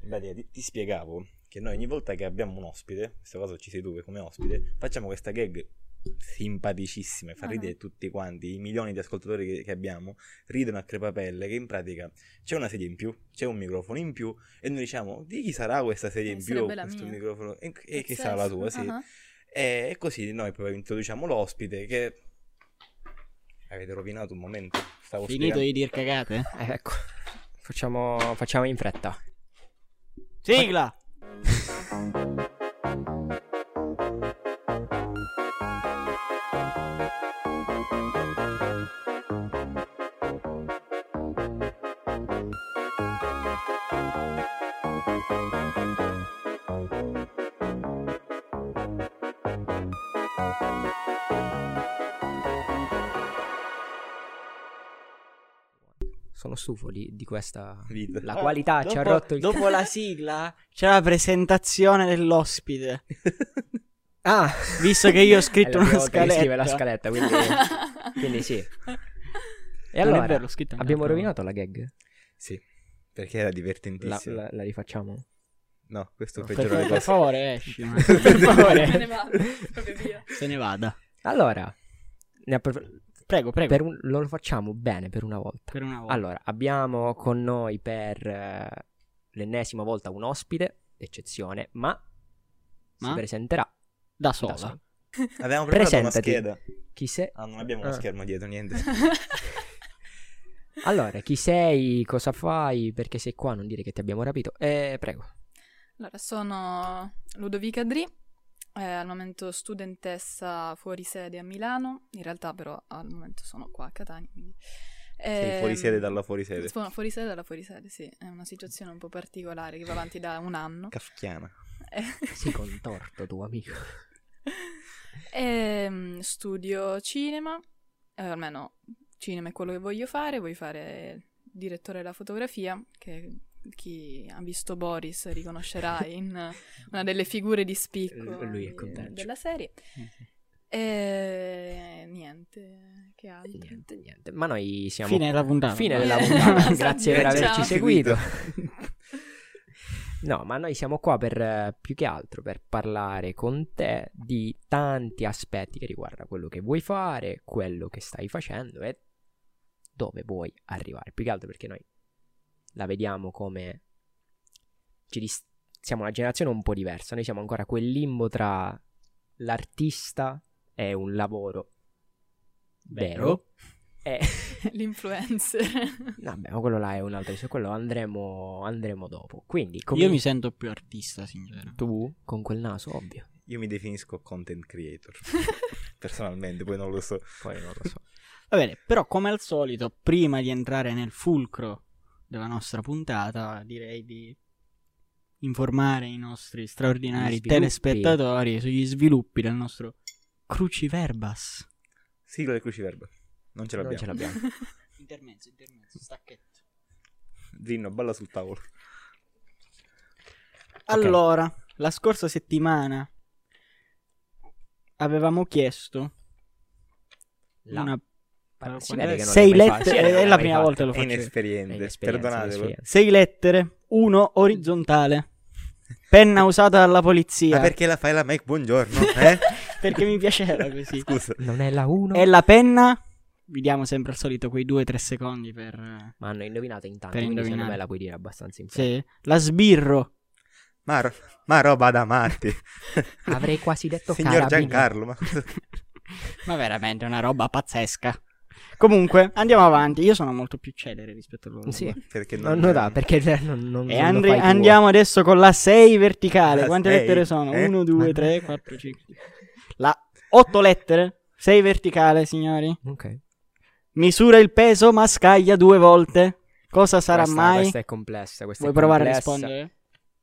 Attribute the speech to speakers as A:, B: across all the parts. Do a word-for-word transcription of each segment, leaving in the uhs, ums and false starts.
A: Dalia, ti, ti spiegavo che noi ogni volta che abbiamo un ospite, in questo caso ci sei tu che come ospite, facciamo questa gag simpaticissima, fa ridere uh-huh. tutti quanti, i milioni di ascoltatori che, che abbiamo ridono a crepapelle, che in pratica c'è una sedia in più, c'è un microfono in più e noi diciamo di chi sarà questa sedia in più, questo mia. microfono e, e chi sarà la tua, sì. Uh-huh. E, e così noi poi introduciamo l'ospite che avete rovinato un momento. Stavo
B: Finito
A: spiegando.
B: di dir cagate?
C: Eh, ecco, facciamo, facciamo in fretta.
B: Sigla!
C: Sono stufo di, di questa
A: Vita.
C: La qualità
B: dopo,
C: ci ha rotto il
B: Dopo la sigla c'è la presentazione dell'ospite.
C: Ah,
B: visto che io ho scritto
C: è la
B: una
C: prima volta che
B: scaletta.
C: scrive la scaletta, quindi, quindi sì. E
B: Non
C: allora,
B: è vero, l'ho scritto in
C: abbiamo
B: carta.
C: rovinato la gag?
A: Sì, perché era
C: La,
A: divertentissimo.
C: la, la rifacciamo?
A: No, questo
B: No,
A: peggiora
B: per,
A: le
B: per
A: cose.
B: favore, esci.
C: Per favore.
D: Se ne va, proprio via.
B: Se ne vada.
C: Allora, ne appro-
B: Prego, prego.
C: per un- lo facciamo bene per una volta.
B: Per una volta.
C: Allora, abbiamo con noi per eh, l'ennesima volta un ospite, eccezione, ma,
B: Ma?
C: si presenterà
B: Da
C: da
B: sola.
C: solo.
A: Abbiamo preparato una
C: Presentati.
A: scheda.
C: Chi sei?
A: Ah, non abbiamo uno
C: Ah.
A: schermo dietro, niente.
C: Allora, chi sei? Cosa fai? Perché sei qua? Non dire che ti abbiamo rapito. Eh, prego.
D: Allora, sono Ludovica Dri, eh, al momento studentessa fuori sede a Milano, in realtà però al momento sono qua a Catania. Quindi,
A: Sei
D: ehm,
A: fuori sede dalla fuori sede.
D: sono fuori sede dalla fuori sede, sì, è una situazione un po' particolare che va avanti da un anno.
A: Kafkiana.
D: Eh,
C: Sei contorto, tuo amico.
D: ehm, studio cinema, eh, almeno cinema è quello che voglio fare, voglio fare direttore della fotografia, che chi ha visto Boris riconoscerà in una delle figure di spicco
C: L- lui è
D: di-
C: contento.
D: della serie. E niente, che altro.
C: Niente, niente. Ma noi siamo...
B: Fine della puntata.
C: Fine
D: Eh,
C: della puntata.
D: esatto.
C: Grazie per
D: Ciao.
C: averci seguito. No, ma noi siamo qua per eh, più che altro per parlare con te di tanti aspetti che riguarda quello che vuoi fare, quello che stai facendo e dove vuoi arrivare. Più che altro perché noi la vediamo come ci dis- siamo una generazione un po' diversa. Noi siamo ancora quel limbo tra l'artista e un lavoro vero, e
D: L'influencer.
C: vabbè, ma quello là è un altro, su quello andremo andremo dopo. Quindi come
B: Io mi sento più artista, sincero.
C: tu con quel naso, ovvio.
A: Io mi definisco content creator. Personalmente, poi non lo so.
C: Poi non lo so.
B: Va bene, però come al solito, prima di entrare nel fulcro della nostra puntata, direi di informare i nostri straordinari
C: Gli sviluppi.
B: telespettatori sugli sviluppi del nostro Cruciverbas.
A: Sigla del cruciverba. Non ce
C: Non
A: l'abbiamo.
C: ce l'abbiamo.
B: Intermezzo, intermezzo, stacchetto.
A: Zinno, balla sul tavolo.
B: Allora, la scorsa settimana avevamo chiesto
C: La-
B: una
C: si vede che non
B: sei
C: l'hai mai fatto.
B: lettere,
C: Sì, non
B: è
C: l'hai
B: la
C: mai
B: prima
C: fatto.
B: volta che lo
A: È
B: faccio.
A: inesperiente.
C: È inesperienza,
A: Perdonatelo.
C: inesperienza.
B: Sei lettere, uno orizzontale, penna usata dalla polizia.
A: Ma perché la fai la Mike? Buongiorno, eh?
B: Perché mi piaceva così.
A: Scusa.
C: Non è la uno.
B: E la penna, vi diamo sempre al solito quei due o tre secondi per... eh,
C: Ma hanno indovinato intanto,
B: Per
C: quindi secondo
B: indovinare.
C: me la puoi dire abbastanza in fretta.
B: Sì. La sbirro.
A: Ma, ro- ma roba da matti.
C: Avrei quasi detto
A: Signor
C: carabinieri.
A: Giancarlo, ma cosa...
B: Ma veramente è una roba pazzesca. Comunque, andiamo avanti. Io sono molto più celere rispetto a loro.
C: Sì.
A: Perché
C: Non, non dà, perché non, non,
B: E
C: non
B: andri-
C: lo fai tu.
B: andiamo adesso con la sei verticale.
A: La
B: Quante
A: sei?
B: lettere sono?
A: Eh?
B: uno, due,
C: Ma-
B: tre, quattro, cinque. La otto lettere. sei verticale, signori.
C: Ok.
B: Misura il peso ma scaglia due volte. Cosa sarà
C: Questa-
B: mai?
C: Questa è complessa. Questa
B: Vuoi
C: è
B: provare
C: complessa.
B: a rispondere?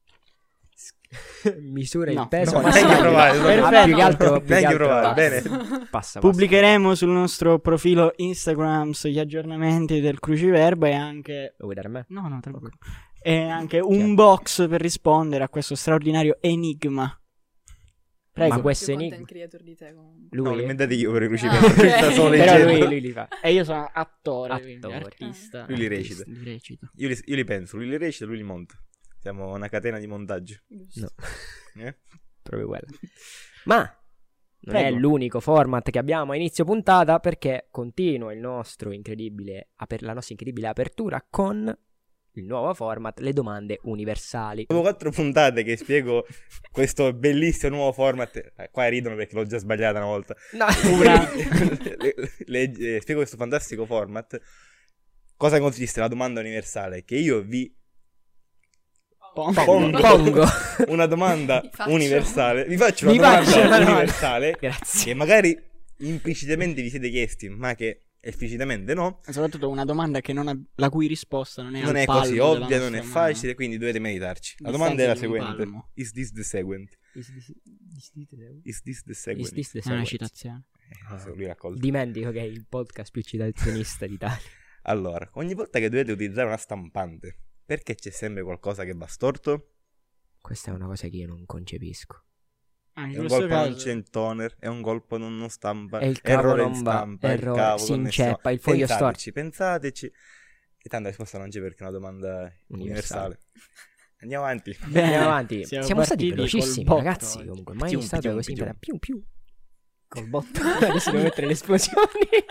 C: Misura
B: No.
C: il peso.
A: No,
C: ma
A: neanche
C: scaglia.
A: provare,
B: Perfetto.
C: Ah, più che altro, più che
A: Neanche
C: altro-
A: provare,
C: passa.
A: bene.
C: Passa, passa.
B: Pubblicheremo sul nostro profilo Instagram gli aggiornamenti del Cruciverba e anche...
C: Lo vuoi dare a me?
B: No, no, tranquillo. E anche un box per rispondere a questo straordinario enigma. Prego.
C: Ma questo
D: Più
C: enigma.
D: content creator di te comunque.
A: No,
C: Lui
A: li
C: è...
A: inventate io per i
D: Ah,
A: cruciverbi.
D: ok.
A: Sta solo
B: Però
A: leggendo.
B: lui,
C: lui li fa.
B: E io sono attore, quindi
C: Attore.
B: artista.
A: Lui li recita.
B: Li recito.
A: Io li, io li penso, lui li recita, lui li monta. Siamo una catena di montaggio.
C: No,
A: Eh?
C: proprio quella. Ma non
B: Prego.
C: è l'unico format che abbiamo a inizio puntata, perché continua il nostro incredibile aper- la nostra incredibile apertura con il nuovo format, le domande universali.
A: Dopo quattro puntate che spiego questo bellissimo nuovo format, eh, qua ridono perché l'ho già sbagliata una volta.
C: No.
B: Una-
A: le, le- eh, spiego questo fantastico format. Cosa consiste la domanda universale? Che io vi
B: Pongo.
A: pongo,
C: Pongo.
A: una domanda
D: Vi faccio.
A: universale. Vi faccio una
C: Vi
A: domanda
C: faccio una domanda.
A: universale
C: Grazie.
A: che magari implicitamente vi siete chiesti, ma che esplicitamente no.
B: E soprattutto una domanda che non ha- la cui risposta non è
A: Non
B: al
A: è
B: palmo
A: così
B: della
A: ovvia, non è
B: nostra mano.
A: facile, quindi dovete meditarci. La
B: Distanza
A: domanda è la
B: di un
A: seguente.
B: palmo.
A: Is this the seguent?
C: Is this- is this the-
A: Is this the
C: is
A: seguent?
C: this the
B: È una
C: sequence?
B: citazione.
A: Eh, se lui raccolta.
C: Dimentico che è il podcast più citazionista d'Italia.
A: Allora, ogni volta che dovete utilizzare una stampante, perché c'è sempre qualcosa che va storto?
C: Questa è una cosa che io non concepisco.
B: Anche
A: È
B: in
A: un
B: questo
A: colpo non
B: caso
A: c'è in toner, è un colpo non, non stampa,
C: E il cavo
A: errore
C: non
A: in
C: va,
A: stampa, il
C: errore,
A: cavo,
C: si
A: connessione.
C: inceppa, il foglio
A: Pensateci, pensateci. E tanto la risposta non c'è perché è una domanda universale. Andiamo avanti.
B: Bene,
C: Andiamo avanti.
B: siamo
C: Siamo stati
B: partiti
C: velocissimi,
B: col botto
C: ragazzi.
B: oggi.
C: Comunque, mai
A: Pium,
C: stato
A: pium,
C: così.
A: pium.
C: per- Più più.
B: Col botto.
C: Adesso devo mettere le esplosioni.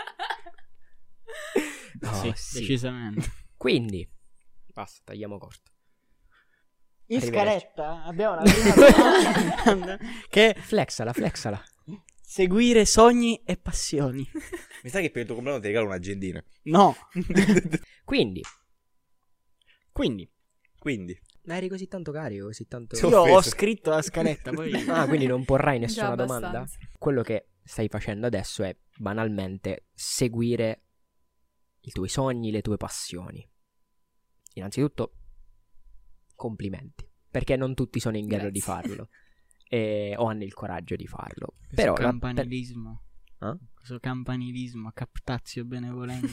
C: No,
B: sì,
C: sì.
B: decisamente.
C: Quindi, basta, tagliamo corto.
B: In
C: Arrivederci.
B: scaletta abbiamo la prima domanda che è
C: Flexala, flexala.
B: seguire sogni e passioni.
A: Mi sa che per il tuo compleanno ti regalo un'agendina.
B: No.
C: Quindi,
B: Quindi
A: Quindi,
C: ma eri così tanto carico, così tanto...
A: Sì.
B: io ho
A: offeso.
B: scritto la scaletta, poi
C: Ah, quindi non porrai
D: Già
C: nessuna domanda?
D: abbastanza.
C: Quello che stai facendo adesso è banalmente seguire i tuoi sogni, le tue passioni. Innanzitutto, complimenti, perché non tutti sono in grado di
D: Grazie.
C: farlo e, o hanno il coraggio di farlo.
B: questo
C: Però la- per-
B: campanilismo.
C: Eh?
B: Questo campanilismo, captazio benevolente.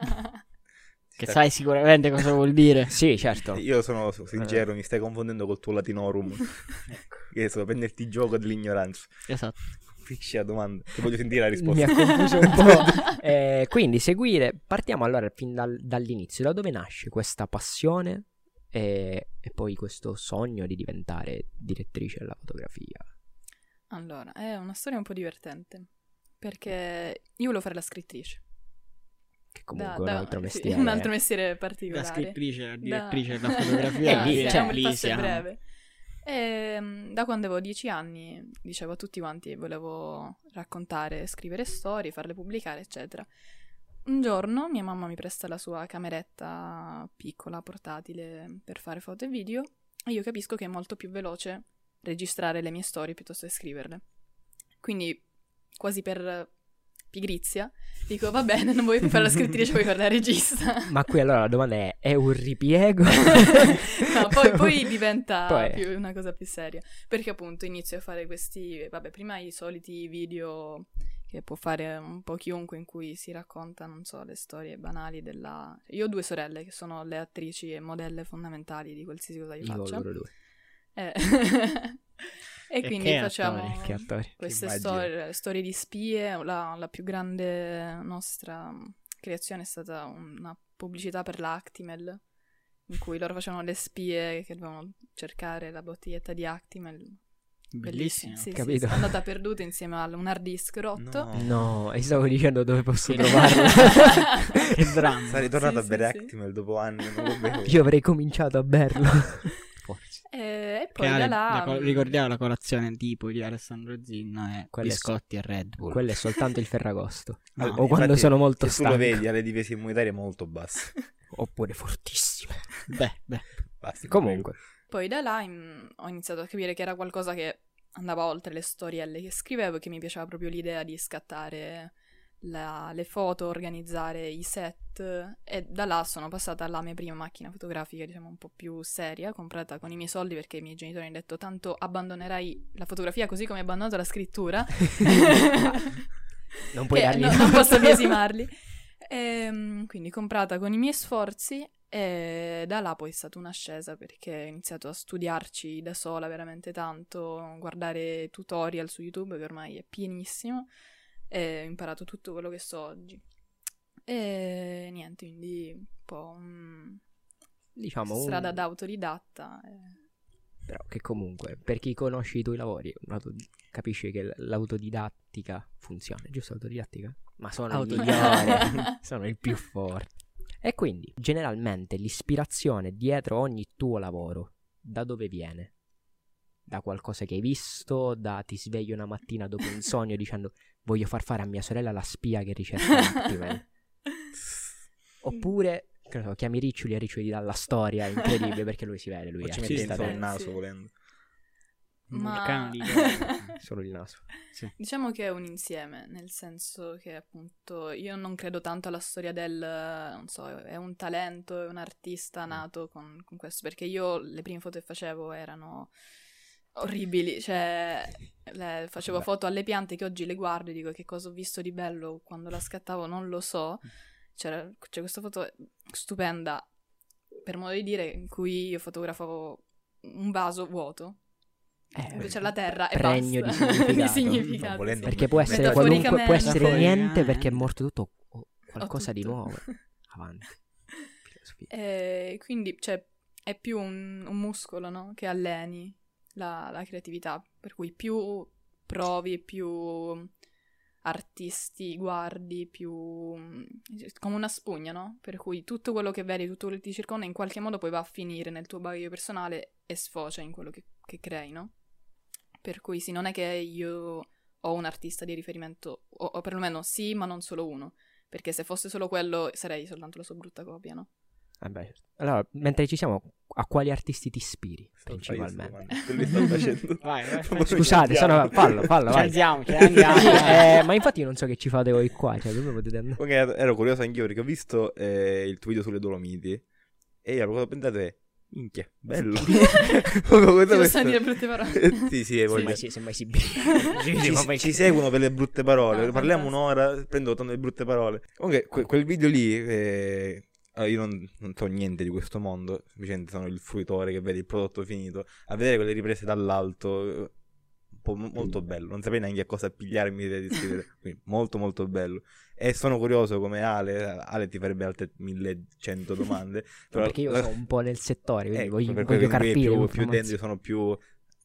B: che
A: Sta-
B: sai sicuramente cosa vuol dire.
C: Sì, certo.
A: io sono sincero, mi stai confondendo col tuo latinorum. Che so, prenderti gioco dell'ignoranza.
B: Esatto.
A: Finisci la domanda, che voglio sentire la
C: Mi
A: risposta.
C: ha confuso un po'. Eh, quindi seguire, partiamo allora fin dal- dall'inizio, da dove nasce questa passione e, e poi questo sogno di diventare direttrice della fotografia.
D: Allora, è una storia un po' divertente. Perché io volevo fare la scrittrice.
C: Che comunque
D: Da-
C: è un
D: da-
C: altro
D: sì,
C: mestiere.
D: un altro mestiere
B: La
D: particolare.
B: scrittrice, la
D: Da-
B: direttrice della fotografia.
C: Eh, lì,
B: sì,
C: cioè,
D: il
B: lì
D: passo è
B: siamo.
D: breve. E, mm, da quando avevo dieci anni dicevo a tutti quanti volevo raccontare, scrivere storie, farle pubblicare, eccetera. Un giorno mia mamma mi presta la sua cameretta piccola, portatile, per fare foto e video, e io capisco che è molto più veloce registrare le mie storie piuttosto che scriverle. Quindi, quasi per pigrizia, dico va bene, non voglio più fare la scrittrice, voglio fare la regista.
C: Ma qui allora la domanda è, è un ripiego?
D: No, poi, poi diventa
C: Poi-
D: più una cosa più seria, perché appunto inizio a fare questi, vabbè, prima i soliti video che può fare un po' chiunque in cui si racconta, non so, le storie banali della... Io ho due sorelle che sono le attrici e modelle fondamentali di qualsiasi cosa io
C: Io
D: faccia.
C: loro due.
D: Eh. E
B: E
D: quindi
B: che
D: facciamo
B: attori,
C: che attori.
D: queste
A: Che
D: storie, storie di spie. La, la più grande nostra creazione è stata una pubblicità per la Actimel, in cui loro facevano le spie che dovevano cercare la bottiglietta di Actimel.
B: Bellissimo.
D: Sì, sì,
C: Capito.
D: sì, è andata perduta insieme a un hard disk rotto.
A: No.
C: No, e stavo dicendo dove posso
B: Sì.
C: trovarlo.
B: Che dramma.
A: Sei ritornato
D: Sì,
A: a bere
D: sì, sì.
A: Actimel dopo anni, non lo bevo.
C: Io avrei cominciato a berlo. Forse.
D: E, e
B: Che
D: poi
B: Ale-
D: da là...
B: la col- ricordiamo la colazione tipo di Alessandro Zinno e
C: Quella è
B: biscotti e Red Bull.
C: Quello è soltanto il Ferragosto.
B: No,
C: o
A: infatti,
C: quando sono molto
A: Se tu lo
C: stanco.
A: vedi, ha le difese immunitarie molto basse.
C: Oppure fortissime.
B: Beh, beh.
A: Basta,
C: Comunque.
D: Poi da là in- ho iniziato a capire che era qualcosa che andava oltre le storielle che scrivevo e che mi piaceva proprio l'idea di scattare la- le foto, organizzare i set, e da là sono passata alla mia prima macchina fotografica, diciamo un po' più seria, comprata con i miei soldi perché i miei genitori mi hanno detto tanto abbandonerai la fotografia così come hai abbandonato la scrittura.
C: Non puoi
D: Che
C: dargli...
D: no- non posso biasimarli. Ehm, quindi comprata con i miei sforzi, e da là poi è stata un'ascesa perché ho iniziato a studiarci da sola veramente tanto, guardare tutorial su YouTube che ormai è pienissimo, e ho imparato tutto quello che so oggi. E niente, quindi un po' un,
C: diciamo un-
D: strada da autodidatta. eh.
C: Però che comunque, per chi conosce i tuoi lavori, un'auto- capisce che l- l'autodidattica funziona, giusto? Autodidattica? Ma sono il
B: Autodidattica.
C: migliore, sono il più forte. E quindi, generalmente, l'ispirazione dietro ogni tuo lavoro, da dove viene? Da qualcosa che hai visto, da ti svegli una mattina dopo un sogno dicendo voglio far fare a mia sorella la spia che ricerca Batman. Oppure, che ne so, chiami Riccioli e Riccioli ti dà la storia incredibile perché lui si vede, lui
A: O
C: è
A: ci
B: sì,
A: metti
C: artista
A: solo
D: sì.
A: il
C: dentro.
A: naso
D: Sì.
A: volendo.
B: Un
D: Ma-
B: vulcano di
C: Solo il naso.
D: Diciamo che è un insieme, nel senso che appunto io non credo tanto alla storia del, non so, è un talento, è un artista nato con, con questo, perché io le prime foto che facevo erano orribili, cioè le- facevo
C: Beh.
D: foto alle piante che oggi le guardo e dico che cosa ho visto di bello quando la scattavo, non lo so. C'era, c'è questa foto stupenda, per modo di dire, in cui io fotografavo un vaso vuoto.
C: Eh,
D: Dove c'è la terra e
C: pregno
D: basta.
C: di significato.
D: Di significato,
A: No, volendo-
D: sì.
C: Perché può essere
D: Metaforicamente.
C: qualunque, può essere
B: Metaforicamente.
C: niente perché è morto tutto o qualcosa
D: Ho
C: di
D: tutto.
C: nuovo. Avanti. Filosofia.
D: E quindi, cioè, è più un, un muscolo, no? Che alleni la, la creatività. Per cui più provi, più artisti guardi, più come una spugna, no? Per cui tutto quello che vedi, tutto quello che ti circonda, in qualche modo poi va a finire nel tuo bagaglio personale e sfocia in quello che, che crei, no? Per cui sì, non è che io ho un artista di riferimento, o, o perlomeno sì, ma non solo uno. Perché se fosse solo quello sarei soltanto la sua brutta copia, no?
C: Vabbè. Allora, mentre ci siamo, a quali artisti ti ispiri
A: Sto facendo,
C: principalmente?
A: man. Quello che sto facendo.
B: Vai, vai,
A: Come
C: Scusate,
A: ci
C: sono...
A: andiamo?
C: fallo, fallo,
B: Ci
C: vai.
B: andiamo, ci andiamo.
C: Sì, eh, ma infatti io non so che ci fate voi qua, cioè dove potete andare?
A: Comunque ero curioso anch'io perché ho visto eh, il tuo video sulle Dolomiti e io ero pensato è minchia, bello. Come
D: Ti lo
A: questo-
D: sai dire brutte parole?
A: Eh, sì, sì,
C: Se
A: voglio-
C: mai si, se mai si sì,
A: ci,
C: ma poi-
A: ci seguono per le brutte parole.
D: Ah,
A: Parliamo
D: fantastico.
A: un'ora, prendo tanto le brutte parole. Comunque, que- quel video lì, eh, allora, io non, non so niente di questo mondo. Semplicemente sono il fruitore che vede il prodotto finito. A vedere quelle riprese dall'alto, eh, un po' mo- molto bello. Non saprei neanche a cosa pigliarmi di scrivere. Quindi, molto, molto bello. E sono curioso come Ale. Ale ti farebbe altre millecento domande. Però,
C: perché io sono un po' nel settore, quindi
A: eh,
C: voglio,
A: per
C: voglio
A: quello che qui è
C: carpire
A: più, più
C: informazioni.
A: dentro, io sono più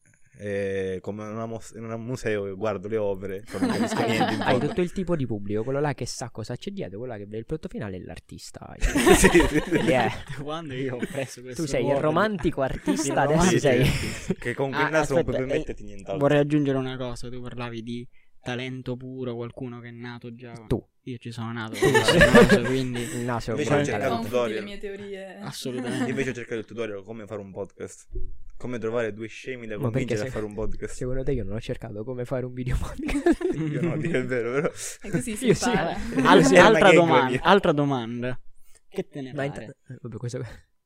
A: eh, come in, una mos- in un museo che guardo le opere, non capisco niente in
C: Hai
A: fondo.
C: tutto il tipo di pubblico, quello là che sa cosa c'è dietro, quello là che vede il prodotto finale e l'artista.
A: Sì, sì, sì.
C: Quindi è-
B: Quando io ho preso questo
C: tu sei il
B: ruolo-
C: romantico artista,
B: Il
C: adesso
A: Sì,
C: sei...
A: sì, che con quel
B: Ah,
A: naso non
B: aspetta,
A: puoi
B: eh,
A: permetterti nient'altro.
B: Vorrei aggiungere una cosa, tu parlavi di talento puro, qualcuno che è nato già.
C: Tu.
B: Io ci sono nato, con questo naso, quindi
C: Il naso è un
A: Invece
C: po'
A: ho
C: il
A: cercato
C: talento.
A: il
D: Confuti le
A: tutorial.
D: mie teorie.
B: assolutamente.
A: Io invece ho cercato il tutorial come fare un podcast. Come trovare due scemi da
C: Ma
A: convincere
C: perché
A: a
C: se-
A: fare un podcast.
C: Secondo te io non ho cercato come fare un video podcast?
A: Io no, a dire il vero, però.
D: E così si
C: Io sì.
D: impara.
B: Al-
A: Sì, era una
B: altra,
A: gag la
B: domanda,
A: mia.
B: altra domanda. Che te ne
C: Ma
B: pare?
C: inter- vabbè, questo...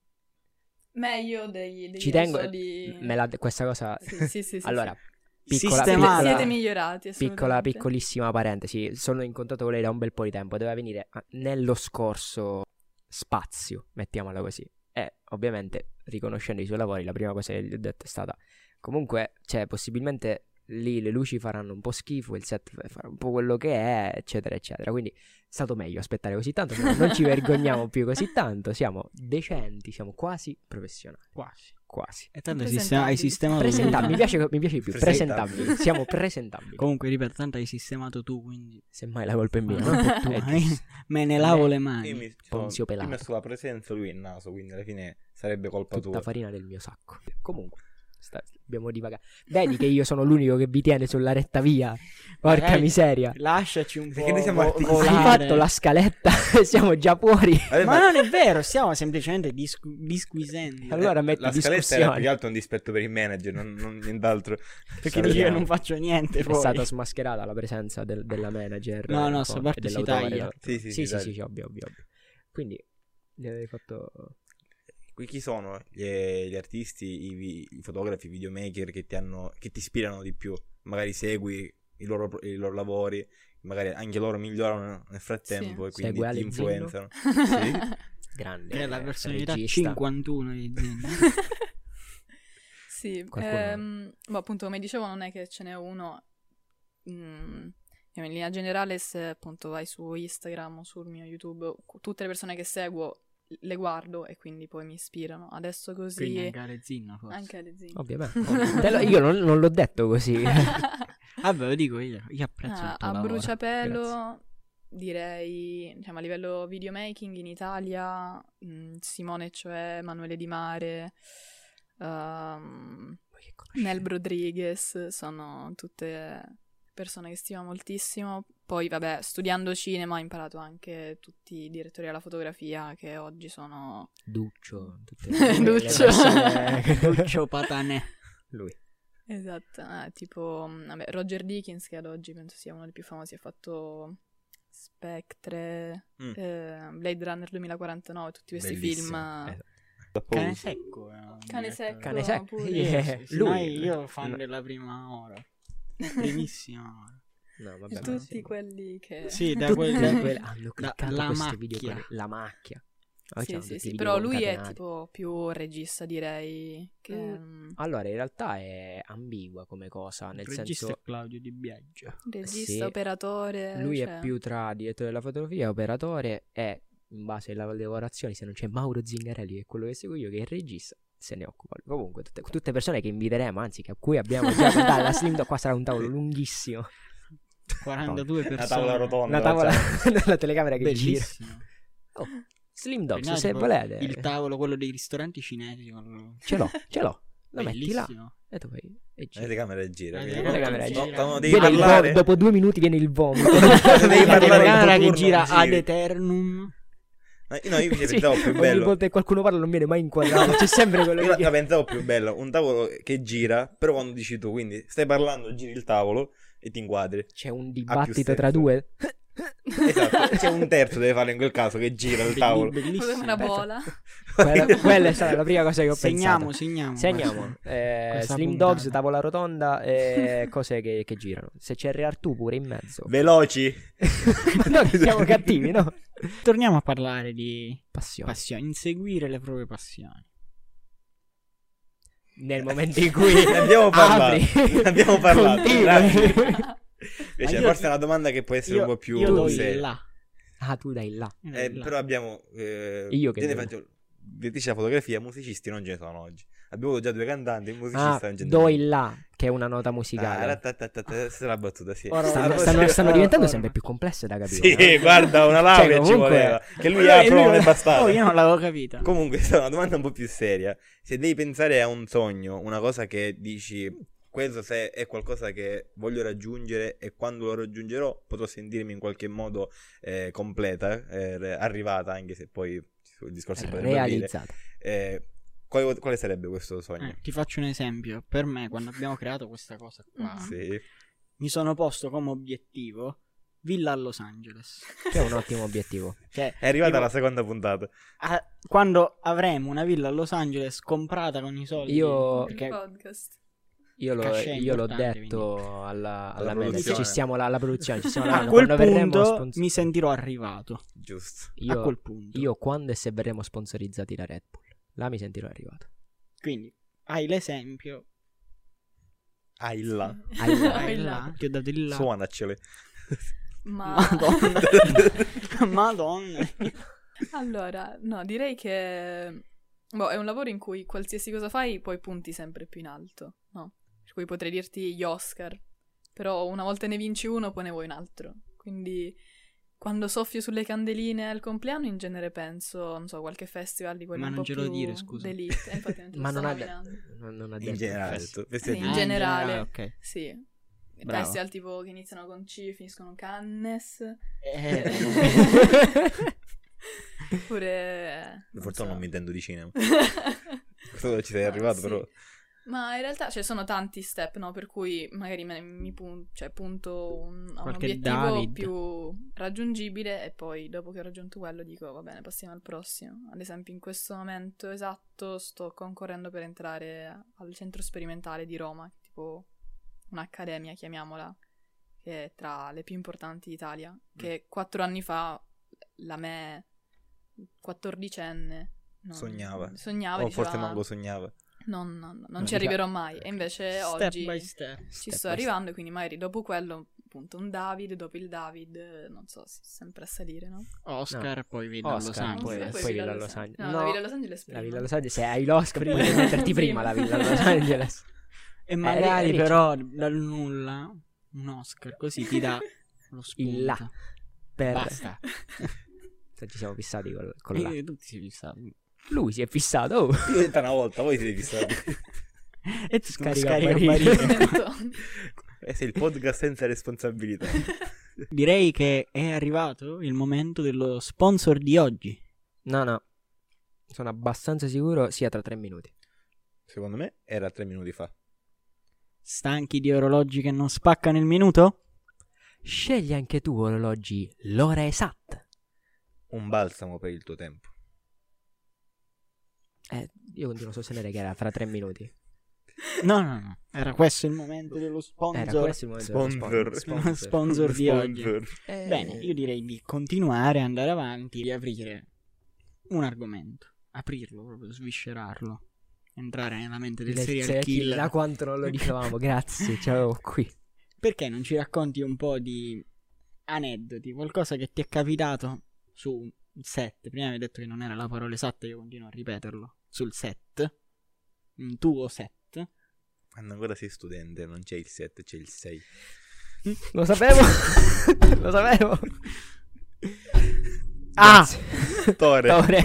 D: Meglio dei, degli
C: Ci tengo...
D: episodi...
C: Me la... Questa cosa...
D: Sì, sì, sì, sì,
C: allora,
D: sì.
C: piccola,
B: Sistemata.
C: piccola,
D: Siete migliorati,
C: piccola,
D: assolutamente.
C: piccolissima parentesi. Sono in contatto con lei da un bel po' di tempo. Doveva venire ah, nello scorso spazio, mettiamola così. E ovviamente, riconoscendo i suoi lavori, la prima cosa che gli ho detto è stata: comunque, cioè, possibilmente lì le luci faranno un po' schifo, il set farà un po' quello che è, eccetera, eccetera. Quindi è stato meglio aspettare così tanto. però non ci vergogniamo più così tanto. Siamo decenti, siamo quasi professionali.
B: Quasi.
C: Quasi.
B: E tanto hai
D: Presentabili.
B: sistema- hai sistemato
C: Presentabili, mi
B: tu.
C: piace, mi piace di più.
A: Presentabili.
C: Presentabili. Siamo presentabili.
B: Comunque, ripeto, tanto hai sistemato tu, quindi
C: Semmai la colpa è mia.
B: non
C: no?
B: tu.
C: È
B: eh.
C: giusto.
B: Me ne lavo
C: Beh,
B: le
A: Io
B: mani.
A: mi
C: Ponzio
A: sono- io ho
C: Pelato.
A: messo la presenza, lui il naso, quindi alla fine sarebbe colpa
C: Tutta
A: tua.
C: farina del mio sacco. Comunque, sta- abbiamo divagato. Vedi che io sono l'unico che vi tiene sulla retta via. Porca
B: Magari-
C: miseria.
B: Lasciaci un po'.
A: Perché noi siamo
B: vo-
A: artisti.
C: Hai
B: volare.
C: fatto la scaletta e siamo già fuori.
A: Vabbè,
B: Ma non è vero, stiamo semplicemente discu- disquisendo.
C: Allora metti
A: la scaletta era più che
C: discussione.
A: altro un dispetto per il manager, non, non nient'altro.
B: Perché
A: Sarebbe-
B: io non faccio niente
C: È
B: poi.
C: stata smascherata la presenza del- della manager.
B: No,
C: eh,
B: no,
C: un
B: sta
C: po',
B: parte
C: e
B: si
C: dell'autore.
B: taglia.
A: Sì, sì,
C: Sì,
A: sì,
C: sì,
A: dai.
C: sì, sì, ovvio, ovvio, ovvio. Quindi, gli avevi fatto...
A: Qui chi sono gli, gli artisti, i, vi- i fotografi, i videomaker che ti hanno, che ti ispirano di più? Magari segui i loro, i loro lavori, magari anche loro migliorano nel frattempo
D: Sì.
A: e quindi
C: Segue
A: ti
C: Ale
A: influenzano. Sì.
C: Grande.
B: Che è la
C: eh,
B: personalità
C: regista.
B: cinquantuno di Zen.
D: Sì,
C: Qualcuno-
D: ehm, ma appunto come dicevo non è che ce n'è uno, mm, in linea generale se appunto vai su Instagram o sul mio YouTube, cu- tutte le persone che seguo le guardo e quindi poi mi ispirano. Adesso così...
B: Quindi anche Ale Zinno, forse.
D: Anche Ale Zinno.
C: Ovviamente. ovvi- te lo- io non, non l'ho detto così.
B: Vabbè, lo dico io, io apprezzo
D: Ah,
B: il tuo
D: a
B: lavoro.
D: bruciapelo direi, diciamo, a livello videomaking in Italia, mh, Simone, cioè Emanuele Di Mare, ehm, Nel Rodriguez, sono tutte persone che stimo moltissimo. Poi, vabbè, studiando cinema ho imparato anche tutti i direttori della fotografia che oggi sono...
C: Duccio. Tutte le- le
D: Duccio.
C: persone-
B: Duccio Patanè.
C: Lui.
D: Esatto, eh, tipo, mh, vabbè, Roger Deakins, che ad oggi penso sia uno dei più famosi, ha fatto Spectre,
A: Mm.
D: eh, Blade Runner duemilaquarantanove, tutti questi
A: Bellissimo.
D: film.
C: Eh,
B: Cane secco. è un
D: Cane
B: direttore.
D: secco.
C: Cane secco.
D: pure.
C: Yeah.
B: Sì, sì,
C: Lui-
B: no, io fan
C: no.
B: della prima ora. Primissima ora.
C: No, vabbè, ma
D: Tutti
C: sì.
D: quelli che...
B: Sì, da
C: Tutte
B: quel...
C: quelle- hanno
B: da-
C: cliccato
B: la
C: questi
B: macchia.
C: video con la macchia. Oggi
D: Sì,
C: hanno
D: sì,
C: tutti
D: sì,
C: i video
D: però lui è
C: concatenati.
D: tipo più regista, direi. Che...
C: Mm. Allora, in realtà è ambigua come cosa, nel
B: Il regista
C: senso
B: è Claudio Di Biagio.
D: regista,
C: sì.
D: operatore.
C: lui
D: cioè...
C: è più tra direttore della fotografia, operatore e in base alle lavorazioni, se non c'è Mauro Zingarelli che è quello che seguo io, che è il regista, se ne occupa lui. Comunque tutte, tutte persone che inviteremo, anzi che a cui abbiamo già contato la Slim Dog, qua sarà un tavolo lunghissimo,
B: quarantadue persone.
A: Una tavola rotonda.
C: una tavola
A: cioè.
C: della telecamera che gira.
B: Bellissimo.
C: Oh, Slim Dogs,
B: Prendiamo
C: se
B: tipo
C: volete.
B: Il tavolo, quello dei ristoranti cinesi. quello-
C: Ce l'ho, ce l'ho. Lo metti là
B: Bellissimo.
C: e tu vai e
A: La
C: gira.
A: telecamera gira.
B: La
A: quindi-
B: telecamera
C: gira.
A: No, quando devi
C: Viene il
A: parlare...
C: vo- dopo due minuti viene il vomito.
A: Devi
B: La
A: parlare
B: telecamera
A: il tuo
B: che
A: turno,
B: gira
A: giri.
B: ad eternum.
A: No, io invece
C: Sì,
A: pensavo più
C: ogni
A: bello.
C: volta che qualcuno parla non viene mai inquadrato, c'è sempre quello
A: Io
C: che
A: la pensavo più bello, un tavolo che gira, però quando dici tu, quindi stai parlando, giri il tavolo e ti inquadri.
C: c'è un
A: più
C: dibattito tra
A: senso.
C: due.
A: Esatto, c'è un terzo deve fare in quel caso che gira il tavolo.
B: Bellissimo.
D: Come una bola.
C: Quella, quella è stata la prima cosa che ho
B: Segniamo,
C: pensato.
B: segniamo.
C: Segniamo. Eh,
B: Questa
C: Slim
B: puntata.
C: Dogs, tavola rotonda e cose che, che girano. Se c'è Re Artù pure in mezzo.
A: Veloci.
C: No, che siamo cattivi, no?
B: Torniamo a parlare di
C: Passione.
B: passioni, inseguire le proprie passioni.
C: Nel momento in cui
A: Ne abbiamo parlato.
C: apri,
A: Ne abbiamo parlato.
C: continui.
A: Grazie.
B: Ma
A: Invece,
B: io-
A: forse è una domanda che può essere
B: Io,
A: un po' più
B: io do il
A: seria.
B: là.
C: Ah, tu dai là.
B: Io do
A: Eh,
B: il là.
A: però abbiamo eh,
C: Io che
A: io ne
C: devo.
A: faccio direttrice della fotografia, musicisti non ce ne sono oggi. Abbiamo già due cantanti, musicisti
C: Ah,
A: non ce ne
C: do
A: sono.
C: il là, che è una nota
A: Ah,
C: musicale.
A: ratatata, questa è la battuta, sì.
B: Ora-
C: Stanno,
B: ora-
C: stanno-
B: ora-
C: stanno
B: ora-
C: diventando
B: ora-
C: sempre più complesse da capire.
A: Sì,
C: no?
A: guarda, una laurea
C: Cioè,
A: ci
C: comunque-
A: voleva. Che lui
B: Eh,
A: ha
B: lui-
A: prova non è bastata.
B: Oh, io non l'avevo capita.
A: Comunque, questa è una domanda un po' più seria. Se devi pensare a un sogno, una cosa che dici, questo se è qualcosa che voglio raggiungere e quando lo raggiungerò potrò sentirmi in qualche modo eh, completa, eh, arrivata, anche se poi il discorso potrebbe dire.
C: Realizzata.
A: Eh, quale, quale sarebbe questo sogno?
B: Eh, ti faccio un esempio. Per me, quando abbiamo creato questa cosa qua,
D: Mhm.
A: Sì.
B: mi sono posto come obiettivo Villa a Los Angeles.
C: Che è un ottimo obiettivo.
B: Cioè,
A: È arrivata
B: tipo,
A: la seconda puntata.
B: a- quando avremo una villa a Los Angeles comprata con i soldi,
C: Io-
D: Il
B: perché
D: podcast.
C: Io, lo-
B: Cachet
C: io l'ho
B: importante,
C: detto alla, alla
A: Alla
C: media.
A: produzione.
C: Ci stiamo là, alla produzione. Ci stiamo là.
B: a quel
C: quando verremo
B: punto
C: sponsor-
B: mi sentirò arrivato.
A: Giusto.
C: io,
B: a quel punto.
C: io quando e se verremo sponsorizzati da Red Bull, là mi sentirò arrivato.
B: Quindi hai l'esempio.
A: Ah, il là.
C: Hai là.
B: Hai
D: là.
B: là, ti ho dato il là.
A: Suonacele.
D: Ma
B: Madonna. Madonna.
D: allora, no, direi che boh, è un lavoro in cui qualsiasi cosa fai poi punti sempre più in alto, no? Per cui potrei dirti gli Oscar, però una volta ne vinci uno poi ne vuoi un altro. Quindi quando soffio sulle candeline al compleanno in genere penso, non so, qualche festival di quelli
B: Ma
D: un
B: non
D: po'
B: ce lo
D: più
B: dire, scusa.
D: d'elite. Eh, infatti non te lo
C: Ma
D: sto
C: non ha, de-
D: nominando.
C: non, non ha
A: In
C: detto
A: generale.
C: il festival.
A: detto. Questi
D: Sì,
A: è
D: in
A: di-
D: generale.
B: ok.
D: Sì.
B: Bravo.
D: Festival tipo che iniziano con C, finiscono con Cannes.
B: Eh,
D: Oppure...
A: Per fortuna
D: so.
A: non mi intendo di cinema. Questo ci sei
D: Ah,
A: arrivato,
D: sì.
A: però.
D: Ma in realtà ci sono tanti step, no? Per cui magari me- mi pun- cioè, punto un, a un
B: Qualche
D: obiettivo
B: David.
D: più raggiungibile e poi dopo che ho raggiunto quello dico va bene, passiamo al prossimo. Ad esempio in questo momento esatto sto concorrendo per entrare al centro sperimentale di Roma, tipo un'accademia, chiamiamola, che è tra le più importanti d'Italia, che quattro anni fa la me quattordicenne non-
A: Sognava.
D: sognava
A: O
D: diceva,
A: forse manco sognava.
D: No, no, no, non
C: No,
D: ci
C: dica-
D: arriverò mai. E invece
B: step
D: oggi
B: by step.
D: ci
C: Step
D: sto
C: by
D: arrivando, quindi magari dopo quello appunto un David, dopo il David, non so, si- sempre a salire, no?
B: Oscar,
C: No.
B: poi Villa Los
C: Oscar,
B: Angeles.
C: poi,
D: Oscar,
C: poi
D: poi
C: Villa
D: Villa
C: Los
D: Los
C: Angeles.
D: No, la Villa Los Angeles
C: la
D: prima.
C: Villa Los Angeles, se hai l'Oscar
D: Prima.
C: puoi metterti prima
D: Prima.
C: la Villa Los Angeles.
B: E magari
C: Eh,
B: però dal nulla un Oscar così ti dà lo spunto.
C: Il là. Per...
B: Basta.
C: Se ci siamo fissati col, con la.
B: E tutti si fissati.
C: Lui si è fissato. Oh.
A: Diventa una volta, voi siete fissati.
B: E tu
C: Scarica
B: scarica
C: barile.
B: barile.
A: Eh, sei il podcast senza responsabilità.
B: Direi che è arrivato il momento dello sponsor di oggi.
C: No, no. Sono abbastanza sicuro sia tra tre minuti.
A: Secondo me era tre minuti fa.
B: Stanchi di orologi che non spaccano il minuto?
C: Scegli anche tu orologi l'ora esatta.
A: Un balsamo per il tuo tempo.
C: Eh, io continuo a sostenere che era fra tre minuti.
B: No, no, no. Era questo il momento dello sponsor.
C: Era questo il momento dello
A: Sponsor.
C: sponsor.
B: Sponsor di oggi.
A: Sponsor.
C: Eh,
B: Bene, io direi di continuare, andare avanti, di aprire un argomento. Aprirlo, proprio sviscerarlo. Entrare nella mente del
C: le-
B: serial
C: serial
B: killer.
C: killer, da quanto non lo dicevamo, grazie, ce l'avevo qui.
B: Perché non ci racconti un po' di aneddoti, qualcosa che ti è capitato su un set? Prima mi hai detto che non era la parola esatta, io continuo a ripeterlo. Sul set, un tuo set.
A: Quando ancora sei studente non c'è il sette, c'è il sei.
C: Lo sapevo. Lo sapevo.
B: Ah!
C: Grazie.
A: Tore.
C: Tore.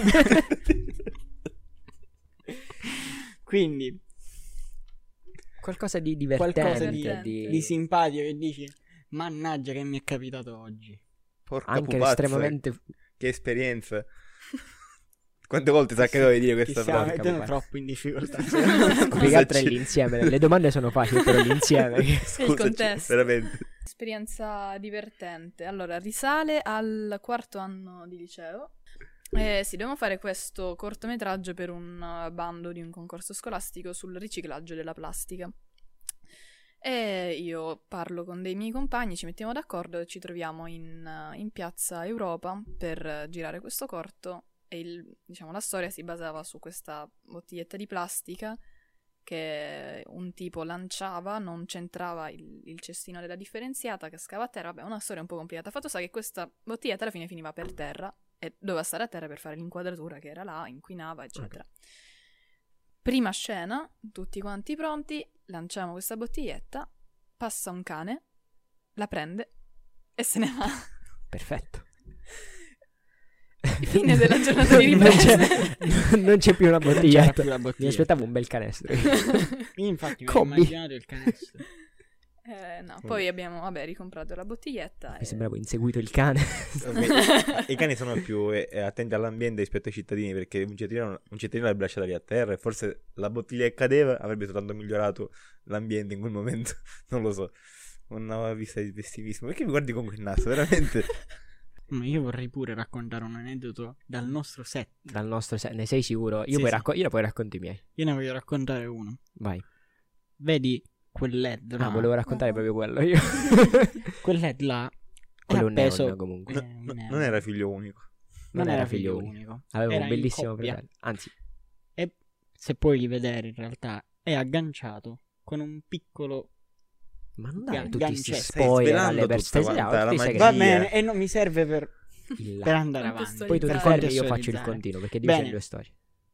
B: Quindi,
C: Qualcosa di divertente.
B: qualcosa di,
D: Divertente.
B: di simpatico che dici, mannaggia che mi è capitato oggi.
A: Porca
C: Anche
A: pupazza,
C: estremamente.
A: che esperienza. Quante volte ti accade di dire
B: Ti
A: questa
B: stiamo
A: frase?
B: mettendo
C: pupazza.
B: troppo in difficoltà.
C: Più che altro è
A: Scusaci.
C: l'insieme. Le domande sono facili, però l'insieme. che-
A: Scusaci,
D: contesto.
A: veramente.
D: Esperienza divertente. Allora, risale al quarto anno di liceo. Eh, sì, dobbiamo fare questo cortometraggio per un uh, bando di un concorso scolastico sul riciclaggio della plastica. E io parlo con dei miei compagni, ci mettiamo d'accordo e ci troviamo in, uh, in piazza Europa per uh, girare questo corto. E il- diciamo, la storia si basava su questa bottiglietta di plastica che un tipo lanciava, non centrava il, il cestino della differenziata, cascava a terra. Vabbè, una storia un po' complicata. Fatto sta che questa bottiglietta alla fine finiva per terra e doveva stare a terra per fare l'inquadratura che era là, inquinava, eccetera. Prima scena, tutti quanti pronti, lanciamo questa bottiglietta, passa un cane, la prende e se ne va.
C: Perfetto.
D: Fine della giornata di
C: Non
D: ripresa.
C: c'è, non c'è più una
B: Non c'era
C: bottiglietta.
B: più la
C: Mi
B: bottiglia.
C: aspettavo un bel canestro.
B: Io infatti mi ho
C: Combi.
B: immaginato il canestro.
D: Eh, no, poi abbiamo, vabbè, ricomprato la bottiglietta.
C: Mi
D: e-
C: sembrava inseguito il cane.
A: I cani sono più eh, attenti all'ambiente rispetto ai cittadini, perché un cittadino, un cittadino l'avrebbe lasciata lì a terra e forse la bottiglia che cadeva avrebbe soltanto migliorato l'ambiente in quel momento. Non lo so. Una vista di pessimismo. Perché mi guardi con quel naso, veramente?
B: Ma io vorrei pure raccontare un aneddoto dal nostro set.
C: Dal nostro se- ne sei sicuro? Io,
B: Sì,
C: poi
B: sì.
C: racco- io poi racconto i miei.
B: Io ne voglio raccontare uno.
C: Vai.
B: Vedi quel led là?
C: Ah, volevo raccontare
D: No.
C: proprio quello io.
B: Quel led là
C: Quello è
B: è
C: un
B: appeso...
C: neon comunque.
B: eh,
A: No,
B: un
A: no,
B: neon.
A: non era figlio unico.
B: Non era figlio unico.
C: Aveva
B: Era
C: un
B: in
C: bellissimo
B: coppia.
C: fratello. Anzi,
B: E se puoi vedere in realtà è agganciato con un piccolo...
C: ma non
B: Ga-
C: dai tutti questi
B: gancetto.
A: Stai
C: spoiler
A: svelando
C: alle
A: tutta
C: persone.
A: quanta la magia.
B: Va
A: Sì,
B: bene,
A: eh.
B: e non mi serve per,
C: Il
B: per
C: là.
B: andare avanti.
D: Contestualizzare.
C: Poi tu
B: per
C: racconti e io faccio il
B: contestualizzare.
C: continuo perché devi
B: Bene.
C: fare due storie.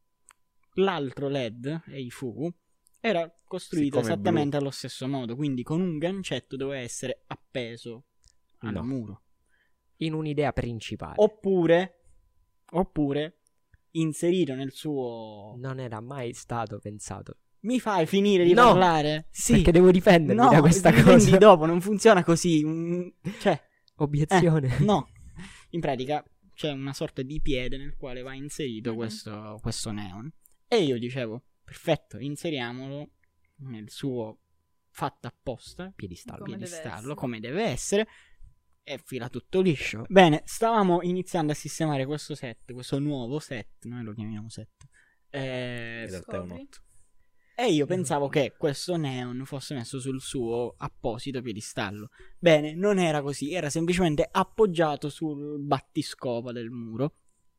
B: L'altro led, Eifu, era costruito
A: Siccome
B: esattamente allo stesso modo, quindi con un gancetto doveva essere appeso al
C: No.
B: muro.
C: In un'idea principale.
B: Oppure, oppure inserito nel suo...
C: Non era mai stato pensato.
B: Mi fai finire di
C: No!
B: parlare? Sì.
C: Perché devo difendermi
B: No,
C: da questa
B: quindi
C: cosa.
B: dopo non funziona così. mm, Cioè,
C: Obiezione.
B: eh, no. In pratica c'è una sorta di piede nel quale va inserito
D: Mhm.
B: questo, questo neon. E io dicevo, perfetto, inseriamolo nel suo fatto apposta,
C: Piedistallo.
D: Come deve
B: piedistallo,
D: essere.
B: come deve essere, e fila tutto liscio. Bene, stavamo iniziando a sistemare questo set, questo nuovo set, noi lo chiamiamo set. Eh,
A: In realtà è un
D: Scopri?
A: otto.
B: e io pensavo che questo neon fosse messo sul suo apposito piedistallo. Bene, non era così, era semplicemente appoggiato sul battiscopa del muro.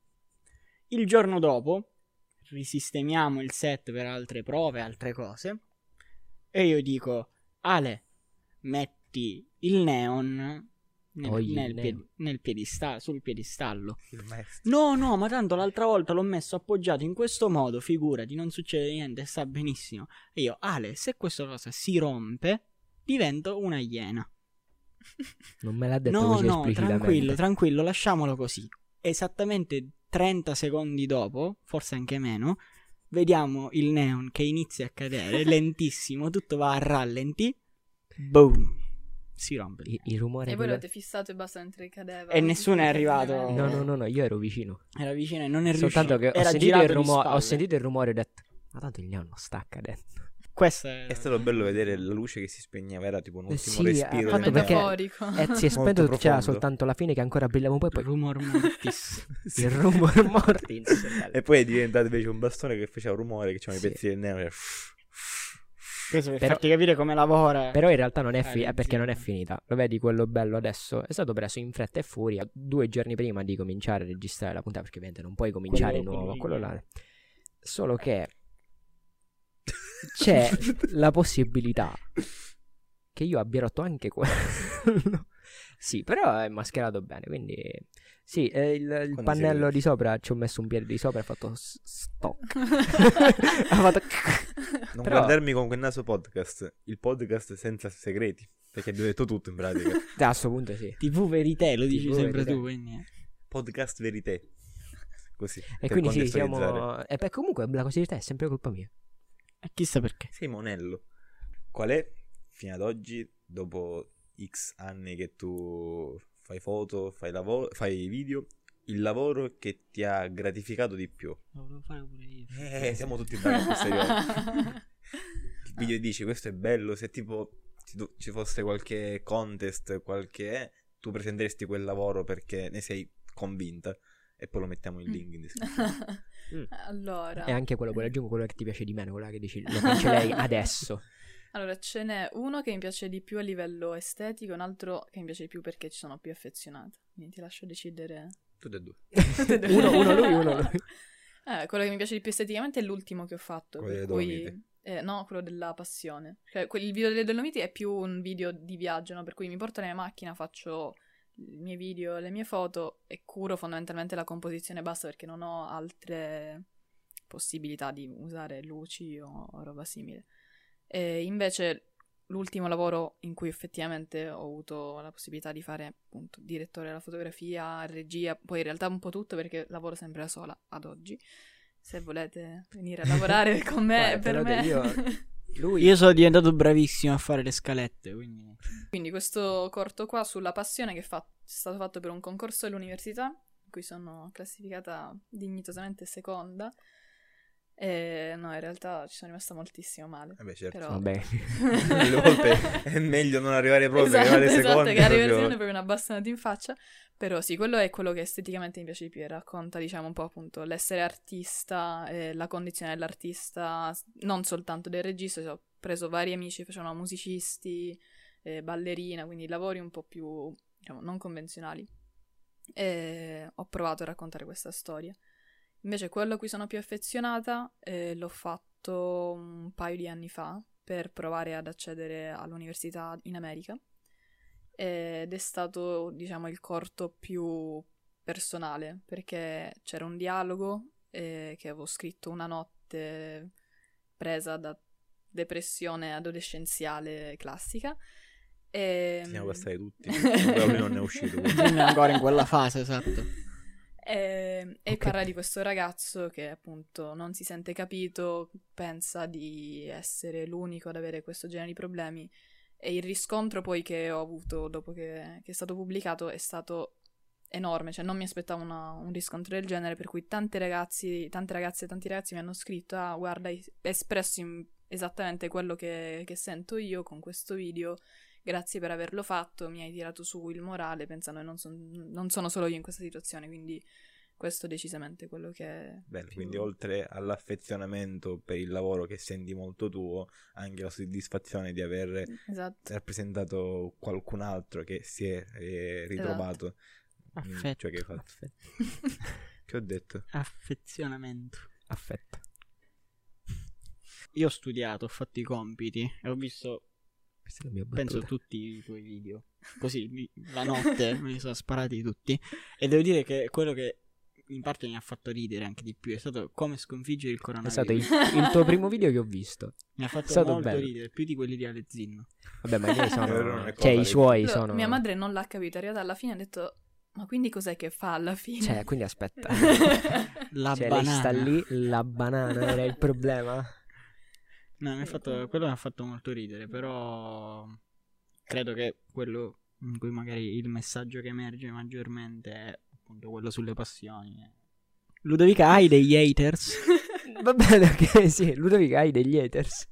B: Il giorno dopo risistemiamo il set per altre prove, altre cose. E io dico, Ale, metti il neon nel,
C: Togli il
B: nel,
C: neon.
B: pied- nel piedista- sul piedistallo.
A: Il maestro.
B: No, no, ma tanto l'altra volta l'ho messo appoggiato in questo modo, figurati, non succede niente, sta benissimo. E io, Ale, se questa cosa si rompe, divento una iena.
C: Non me l'ha detto
B: No,
C: così
B: no,
C: esplicitamente.
B: tranquillo, tranquillo, lasciamolo così. Esattamente trenta secondi dopo, forse anche meno, vediamo il neon che inizia a cadere, lentissimo, tutto va a rallenti, boom, si rompe.
C: Il, il rumore
D: E voi
C: quello-
D: l'avete fissato e basta mentre cadeva.
B: E nessuno è arrivato.
C: No, no, no, no, io ero vicino.
B: Era vicino e non è
C: Soltanto
B: riuscito.
C: che ho
B: Era
C: sentito, il
B: girato di
C: rumore, ho
B: spalle.
C: sentito il rumore e ho detto, ma tanto il neon non sta cadendo.
B: Questo è...
A: È stato bello vedere la luce che si spegneva, era tipo un
C: Eh
A: ultimo
C: sì,
A: respiro.
C: ha fatto
A: del
C: perché-
A: neon.
D: metaforico.
C: E si è
A: Molto
C: spento, c'era
A: profondo.
C: soltanto la fine che ancora brillava un po' e poi
B: rumor mortis.
C: il rumore mortis.
A: E poi è diventato invece un bastone che faceva rumore, che c'erano
C: Sì.
A: i pezzi del neon.
B: Questo per
C: Però-
B: farti capire come lavora.
C: Però in realtà non è,
B: Eh,
C: fi- è perché non è
B: l'insieme.
C: finita. Lo vedi quello bello adesso? È stato preso in fretta e furia due giorni prima di cominciare a registrare la puntata, perché ovviamente non puoi cominciare
B: Quello-
C: nuovo.
B: quello
C: Quello là. Solo che c'è la possibilità che io abbia rotto anche quello. Sì, però è mascherato bene, quindi sì, eh, il, il
A: Quando si
C: pannello
A: vede.
C: di sopra, ci ho messo un piede di sopra e ha fatto s- stop. Ha fatto
A: Non
C: Però-
A: guardarmi con quel naso podcast, il podcast senza segreti, perché abbiamo detto tutto in pratica.
C: a questo punto sì.
B: tivù Verité, lo dici
C: tivù
B: sempre
C: Verité.
B: tu, quindi...
A: Podcast verité. Così.
C: E
A: per
C: quindi sì,
A: contestualizzare.
C: siamo... E beh, comunque la cosa di te è sempre colpa mia.
B: E chissà perché.
A: Sei monello. Qual è, fino ad oggi, dopo X anni che tu fai foto, fai lavoro, fai video, il lavoro che ti ha gratificato di più?
B: Lo volevo fare pure io.
A: Eh, siamo tutti bravi in queste cose. Il video dici, questo è bello, se tipo ci, do- ci fosse qualche contest, qualche... tu presenteresti quel lavoro perché ne sei convinta. E poi lo mettiamo in link in descrizione.
C: Mm.
D: Allora,
C: E anche quello, poi aggiungo quello che ti piace di meno, quello che dici, lo cancellerei adesso.
D: allora, ce n'è uno che mi piace di più a livello estetico, un altro che mi piace di più perché ci sono più affezionata. Quindi ti lascio decidere.
A: Tutte e due.
C: Uno, uno lui, uno lui.
D: Eh, quello che mi piace di più esteticamente è l'ultimo che ho fatto.
A: Quello
D: per
A: delle
D: cui...
A: Dolomiti.
D: eh, no, quello della passione. Cioè, quel- il video delle Dolomiti è più un video di viaggio, no? Per cui mi porto nella macchina, faccio i miei video, le mie foto e curo fondamentalmente la composizione e basta perché non ho altre possibilità di usare luci o, o roba simile. E invece l'ultimo lavoro in cui effettivamente ho avuto la possibilità di fare appunto direttore della fotografia, regia, poi in realtà un po' tutto perché lavoro sempre da sola ad oggi. Se volete venire a lavorare con me,
C: Guarda,
D: per
C: te l'ho
D: me.
C: detto Lui
B: Io sono diventato bravissimo a fare le scalette, quindi...
D: Quindi questo corto qua sulla passione che fa- è stato fatto per un concorso dell'università, in cui sono classificata dignitosamente seconda. E no, in realtà ci sono rimasta moltissimo male.
A: Vabbè, certo.
D: Però...
C: Vabbè.
A: Delle volte è meglio non arrivare proprio,
D: esatto,
A: arrivare
D: esatto,
A: secondi.
D: che arriva
A: proprio-
D: è proprio una bastonata in faccia. Però sì, quello è quello che esteticamente mi piace di più e racconta, diciamo, un po' appunto l'essere artista, eh, la condizione dell'artista, s- non soltanto del regista, cioè, ho preso vari amici, facevano musicisti, eh, ballerina, quindi lavori un po' più, diciamo, non convenzionali. E ho provato a raccontare questa storia. Invece quello a cui sono più affezionata eh, l'ho fatto un paio di anni fa per provare ad accedere all'università in America. Ed è stato, diciamo, il corto più personale, perché c'era un dialogo eh, che avevo scritto una notte presa da depressione adolescenziale classica. E...
A: Siamo passati tutti. Però lui non ne è uscito. quindi.
B: Quindi è ancora in quella fase, esatto.
D: E, e
C: Ok.
D: parla di questo ragazzo che appunto non si sente capito, pensa di essere l'unico ad avere questo genere di problemi. E il riscontro poi che ho avuto dopo che, che è stato pubblicato è stato enorme, cioè non mi aspettavo una- un riscontro del genere, per cui tanti ragazzi, tante ragazze e tanti ragazzi mi hanno scritto: ah, guarda, hai espresso in- esattamente quello che, che sento io con questo video, grazie per averlo fatto, mi hai tirato su il morale, pensando che non, son- non sono solo io in questa situazione, quindi questo è decisamente quello che...
A: Bello,
D: più-
A: quindi oltre all'affezionamento per il lavoro che senti molto tuo, anche la soddisfazione di aver
D: Esatto.
A: rappresentato qualcun altro che si è eh, ritrovato in
B: Affetto.
A: ciò che hai fatto.
C: Affetto.
A: Che ho detto?
B: Affezionamento.
C: Affetto.
B: Io ho studiato, ho fatto i compiti e ho visto
C: Questa è la mia
B: Penso
C: battuta.
B: tutti i tuoi video. Così, mi- la notte me li sono sparati tutti. E devo dire che quello che in parte mi ha fatto ridere anche di più è stato come sconfiggere il
C: È
B: coronavirus.
C: stato il, il tuo primo video che ho visto.
B: Mi ha fatto
C: stato
B: molto
C: bello.
B: ridere, più di quelli di Alezzino.
C: Vabbè, ma i miei sono...
A: Però non è
C: cioè,
A: colpa
C: i
A: di-
C: suoi
D: Allora,
C: sono...
D: Mia madre non l'ha capito, è arrivata alla fine e ha detto ma quindi cos'è che fa alla fine?
C: Cioè, quindi aspetta.
B: La
C: Cioè, lei
B: banana.
C: sta lì, la banana era il problema.
B: No, mi ha fatto, quello mi ha fatto molto ridere, però credo che quello in cui magari il messaggio che emerge maggiormente è appunto quello sulle passioni. Ludovica, hai degli haters?
C: Va bene, ok, sì. Ludovica, hai degli haters.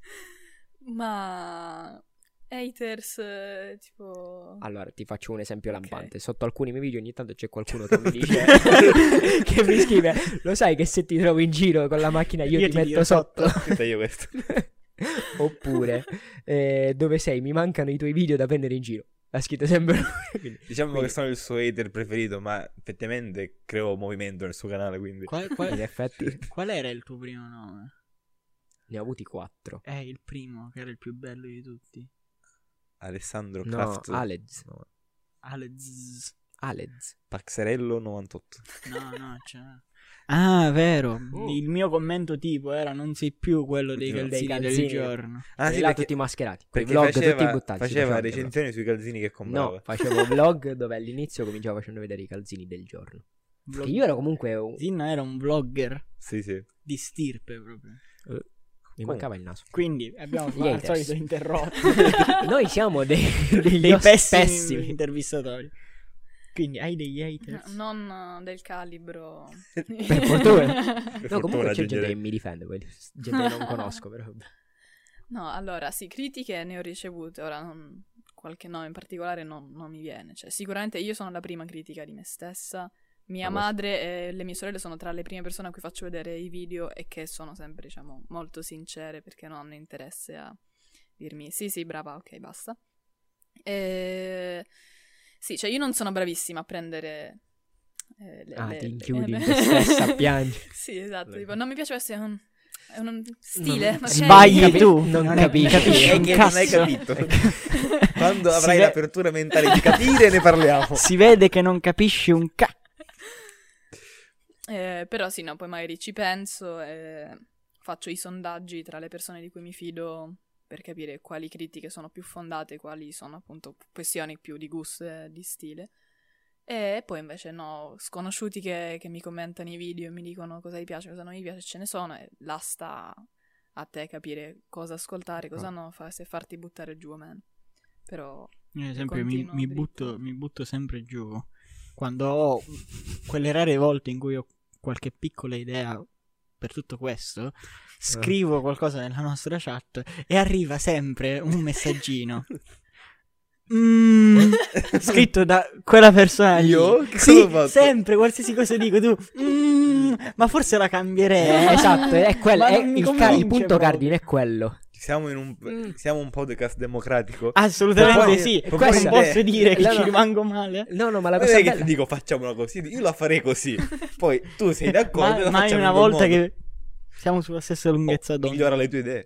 D: Ma haters eh, tipo
C: Allora, ti faccio un esempio
D: Ok.
C: lampante. Sotto alcuni miei video ogni tanto c'è qualcuno che mi dice... che mi scrive, lo sai che se ti trovo in giro con la macchina io,
B: Io
C: ti,
B: ti
C: metto
B: tiro
C: sotto?
A: Senta io questo.
C: Oppure, eh, dove sei? Mi mancano i tuoi video da prendere in giro. Ha scritto sempre lui. Quindi-
A: Diciamo
C: quindi,
A: che sono il suo hater preferito, ma effettivamente creo movimento nel suo canale, quindi...
B: Qual,
C: in
B: qual-
C: effetti
B: qual era il tuo primo nome?
C: ne ho avuti quattro.
B: È il primo, che era il più bello di tutti.
A: Alessandro
C: No,
A: Kraft.
C: Alez.
A: No,
B: Alez.
C: Alez.
A: Paxerello novantotto.
B: No, no, c'è. Ah, vero.
C: Oh.
B: Il mio commento tipo era non sei più quello dei
A: Dei
B: calzini,
C: calzini.
B: del giorno.
A: Ah
C: E
A: sì,
C: là
A: perché,
C: tutti mascherati. Quei
A: perché
C: vlog
A: faceva,
C: tutti buttati. si
A: faceva
C: vedere.
A: recensioni sui calzini che comprava.
C: No, facevo vlog dove all'inizio cominciavo facendo vedere i calzini del giorno.
B: Vlog-
C: Che io ero comunque un-
B: Zinno era un vlogger
A: Sì, sì.
B: di stirpe proprio.
C: mi mancava il naso.
B: Quindi abbiamo
C: Gli
B: fa- al
C: haters.
B: solito interrotto
C: Noi siamo dei, degli
B: dei
C: os-
B: pessimi,
C: pessimi.
B: intervistatori. Quindi hai degli haters?
D: No, non eh, del calibro.
C: Per fortuna.
A: Per
C: No, comunque
A: fortuna,
C: c'è gente
A: aggiungerei.
C: che mi difende, quelli- gente che non conosco, però. vabbè.
D: No, allora, sì, critiche ne ho ricevute, ora non- qualche nome in particolare non, non mi viene. Cioè, sicuramente io sono la prima critica di me stessa. Mia
C: Ma questo-
D: madre e le mie sorelle sono tra le prime persone a cui faccio vedere i video e che sono sempre, diciamo, molto sincere perché non hanno interesse a dirmi sì, sì, brava, ok, basta. E... Sì, cioè io non sono bravissima a prendere... eh, le,
C: Ah,
D: le-
C: ti
D: le-
C: inchiudi
D: le-
C: in te stessa a piangere.
D: Sì, esatto,
A: Le-
D: tipo, non mi piace questo, è un, è un stile,
C: Non-
D: ok?
B: Sbagli
C: Capi-
B: tu,
C: non
B: non, è-
C: capisci.
B: capisci
A: È
B: un
A: che non hai
B: cazzo.
A: capito. Quando
B: Si
A: avrai
B: ve-
A: l'apertura mentale di capire ne parliamo.
B: Si vede che non capisci un ca...
D: Eh, però sì, no, poi magari ci penso e faccio i sondaggi tra le persone di cui mi fido per capire quali critiche sono più fondate, quali sono appunto questioni più di gusto e di stile. E poi invece no, sconosciuti che, che mi commentano i video e mi dicono cosa gli piace, cosa non gli piace, ce ne sono e là sta a te capire cosa ascoltare, cosa no, fa- se farti buttare giù o meno. Però
B: Io ad esempio mi,
D: Continuo
B: mi
D: dritto.
B: butto, mi butto sempre giù quando ho quelle rare volte in cui ho qualche piccola idea per tutto questo, scrivo qualcosa nella nostra chat e arriva sempre un messaggino Mm, scritto da quella persona lì.
A: Io? Che cosa
B: Sì,
A: ho fatto?
B: sempre, qualsiasi cosa dico tu "Mm, ma forse la cambierei".
C: Eh, esatto, è quello,
B: Ma
C: è
B: non mi
C: il, ca- il
B: convince
C: punto
B: proprio.
C: cardine è quello.
A: Siamo in un,
C: Mm.
A: siamo un podcast democratico.
B: Assolutamente
C: Poi-
B: sì,
C: poi
B: non
C: questa-
B: posso dire che
C: No,
B: ci
C: no.
B: rimango male.
C: No, no, ma la
A: Non
C: cosa
A: è che
C: bella...
A: ti dico facciamola così, io la farei così. Poi tu sei d'accordo e
B: Ma
A: la
B: mai
A: facciamo
B: una
A: in quel
B: volta
A: modo.
B: che siamo sulla stessa lunghezza
A: Oh,
B: d'onda.
A: migliora le tue idee.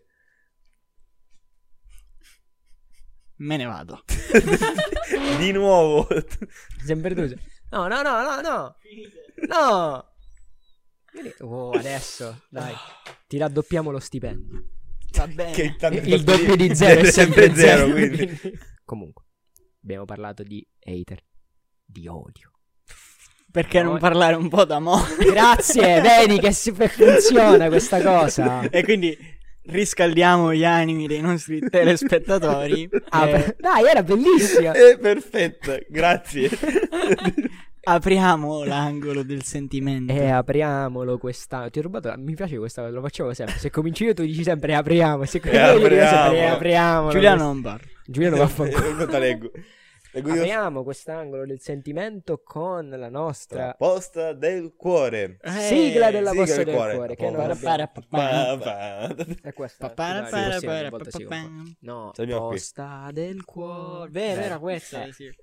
B: Me ne vado.
A: Di nuovo.
C: Sempre tu. No, no, no, no, no. No. Vieni- Oh, adesso, dai. Ti raddoppiamo lo stipendio.
B: Va bene.
A: Che tanto
C: Il doppio di zero è sempre zero.
A: quindi.
C: quindi- Comunque, abbiamo parlato di hater, di odio.
B: Perché non parlare un po' d'amore?
C: Grazie, vedi che si- funziona questa cosa.
B: E quindi riscaldiamo gli animi dei nostri telespettatori.
C: Ah,
B: Eh,
C: beh, dai, era bellissima.
A: È perfetta, grazie.
B: apriamo l'angolo del sentimento.
C: E apriamolo questa. Ti ho rubato. Mi piace questa. Lo facciamo sempre. Se cominci io, tu dici sempre apriamo. Se cominci io, io dico sempre
A: apriamo.
C: apriamolo.
B: Giuliano non parla.
C: Giuliano va a fanculo.
A: Non te leggo. Leggo io.
C: Apriamo quest'angolo del sentimento con la
A: La
C: nostra
A: posta del cuore.
C: sigla della
A: Sigla
C: posta
A: del
C: del
A: cuore.
C: cuore. Che non
A: Para,
C: abbiamo.
A: Pa, pa.
C: È questa.
B: Para,
C: Dai,
B: para,
C: sì,
B: para,
C: volta sì,
B: pa,
C: un po'.
B: pa.
C: No,
A: Ce l'abbiamo qui.
C: posta del cuore.
B: Vero,
C: Eh,
B: era questa.
C: eh.
B: Sì.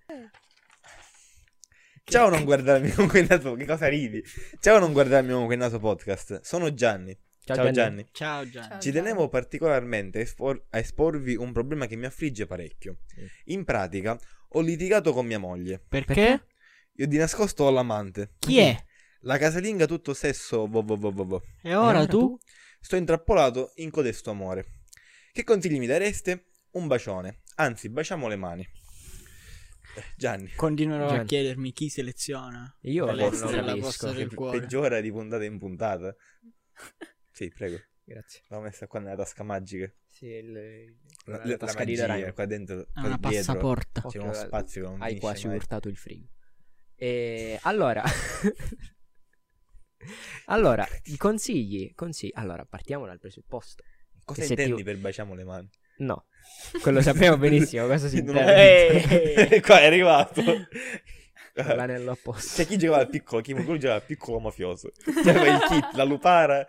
A: Ciao, non guardarmi con quel naso. Che cosa ridi? Ciao, non guardarmi con quel naso podcast. Sono Gianni.
C: Ciao,
A: Ciao
C: Gianni.
A: Gianni.
B: Ciao Gianni.
D: Ciao.
A: Ci tenevo particolarmente a, espor- a esporvi un problema che mi affligge parecchio. In pratica, ho litigato con mia moglie.
B: Perché?
A: Io di nascosto ho l'amante.
B: Chi è?
A: La casalinga tutto sesso, vo vo vo vo vo.
B: E ora
C: ora
B: tu?
C: tu?
A: Sto intrappolato in codesto amore. Che consigli mi dareste? Un bacione. Anzi, baciamo le mani. Eh, Gianni.
B: Continuerò a
C: Gianni.
B: chiedermi chi seleziona.
C: Io
B: per
C: non
B: essere
C: lo
B: la
C: capisco.
B: posta del
A: Che
B: cuore.
A: peggiora di puntata in puntata. Sì, prego.
C: Grazie.
A: L'ho messa qua nella tasca magica.
C: Sì, il,
A: La,
C: la,
A: la, la
C: tasca di
A: magia,
C: Doraemon.
A: qua dentro,
B: È
A: qua
B: una
A: dietro,
B: passaporta.
A: c'è uno
C: Occhio,
A: spazio che non
C: Hai
A: finisce
C: quasi
A: mai.
C: urtato il frigo. E allora, allora, i consigli, consigli. Allora, partiamo dal presupposto.
A: Cosa
C: che se
A: intendi
C: ti-
A: per baciamo le mani?
C: No, quello sappiamo benissimo cosa si
A: Non ho
C: intende.
A: capito. Qua è arrivato.
C: L'anello apposta.
A: C'è chi giocava al piccolo Kim, quello giocava al piccolo mafioso. C'era il kit, la lupara.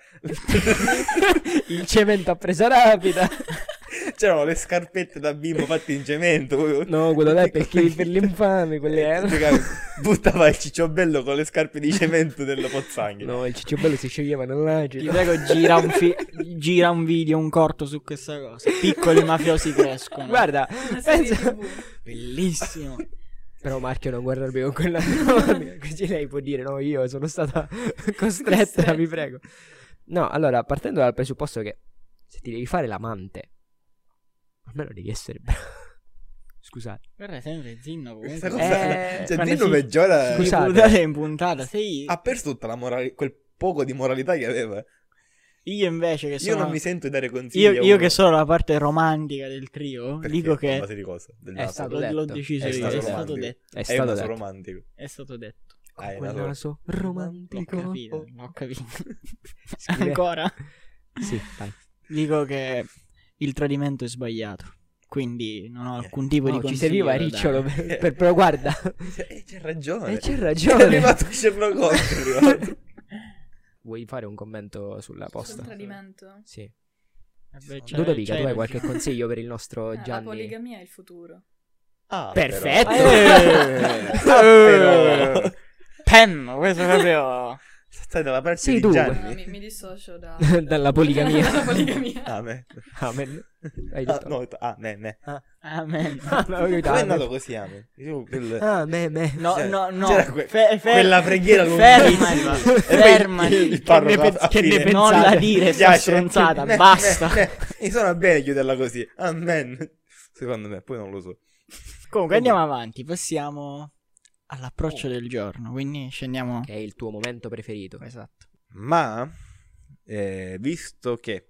C: Il cemento a presa rapida.
A: C'erano le scarpette da bimbo fatte in cemento.
C: No, quello là è per, chi- per l'infame, quelle erano.
A: Giocava- buttava il cicciobello con le scarpe di cemento dello Pozzanghi.
C: No, il cicciobello si scioglieva
B: Ti
C: nell'acido.
B: prego, gira un, fi- gira un video, un corto su questa cosa. Piccoli mafiosi crescono.
C: Guarda,
D: Una serie
C: pensa...
D: tivù.
B: Bellissimo.
C: Però Marchio non guardarmi con quella no, così lei può dire no, io sono stata costretta, vi prego. No, allora, partendo dal presupposto che se ti devi fare l'amante, almeno devi essere bravo. Scusate.
B: Guarda, sempre Zinno
A: Questa
B: comunque.
A: cosa,
C: Eh,
A: cioè,
B: quando
A: Zinno
B: si-
A: peggiora.
B: Di
C: Scusate.
B: puntata in puntata. Sei
A: Ha perso tutta la moralità, quel poco di moralità che aveva.
B: io invece che
A: Io
B: sono
A: non mi sento di dare consigli.
B: io,
A: a
B: io
A: uno.
B: che sono la parte romantica del trio,
A: Perché?
B: dico
A: A
B: che
A: base di cosa? Del
C: È
A: naso.
C: stato
B: l'ho, l'ho
C: detto.
B: deciso
A: È
B: io,
A: stato
B: è stato
A: romantico.
B: detto,
C: È
A: È
C: stato
A: un naso
C: detto.
A: romantico.
B: è stato detto.
A: Ah, è
C: Quel
A: naso-
C: naso
B: Ho
C: romantico.
B: capito, ho capito.
C: Scrive-
B: Ancora
C: Sì, dai.
B: dico che il tradimento è sbagliato, quindi non ho alcun tipo di
C: No, ci
B: consiglio
C: serviva
B: da
C: Ricciolo
B: dare.
C: per, per- però guarda.
A: Eh, c'è ragione.
C: E c'è
A: È
C: ragione.
A: arrivato Sherlock Holmes. è arrivato.
C: Vuoi fare un commento sulla
D: Sul
C: posta?
D: tradimento.
C: Sì.
B: Eh beh, c'è-
C: Ludovica,
B: c'hai
C: tu hai
B: ragione.
C: qualche consiglio per il nostro
D: Eh, la
C: Gianni?
D: poligamia è il futuro.
A: Ah,
C: Perfetto.
B: Eh,
A: però. Ah, però.
B: Pem, questo è proprio
A: Stai dalla parte
C: Sì,
A: di
C: tu.
D: No,
A: Gianni.
D: mi, mi dissocio da...
C: Dalla poligamia.
D: Dalla poligamia.
A: Amen.
C: Amen. Hai
A: Ah,
C: detto?
A: no, ho detto, ah, me, me.
B: amen.
C: Ah, no, ho capito,
A: Come è
C: amen.
A: nato così, Amen? Io quel...
C: Ah, me, me.
B: No,
A: Cioè,
B: no, no.
A: c'era que-
B: Fe- fe-
A: quella preghiera
B: fermati,
A: lunghissima. E poi
B: fermati.
A: il- il parroco
C: Che ne
A: a-
C: pensi-
A: a
C: che ne
A: fine,
C: pensi?
B: Non la
C: Pensate.
B: dire sta
A: Piace.
B: stronzata,
A: Me,
B: basta.
A: me, me. Mi sono bene chiuderla così. Amen. Secondo me, poi non lo so.
B: Comunque andiamo avanti, passiamo all'approccio del giorno, quindi scendiamo.
C: Che è il tuo momento preferito.
B: Esatto.
A: Ma, eh, visto che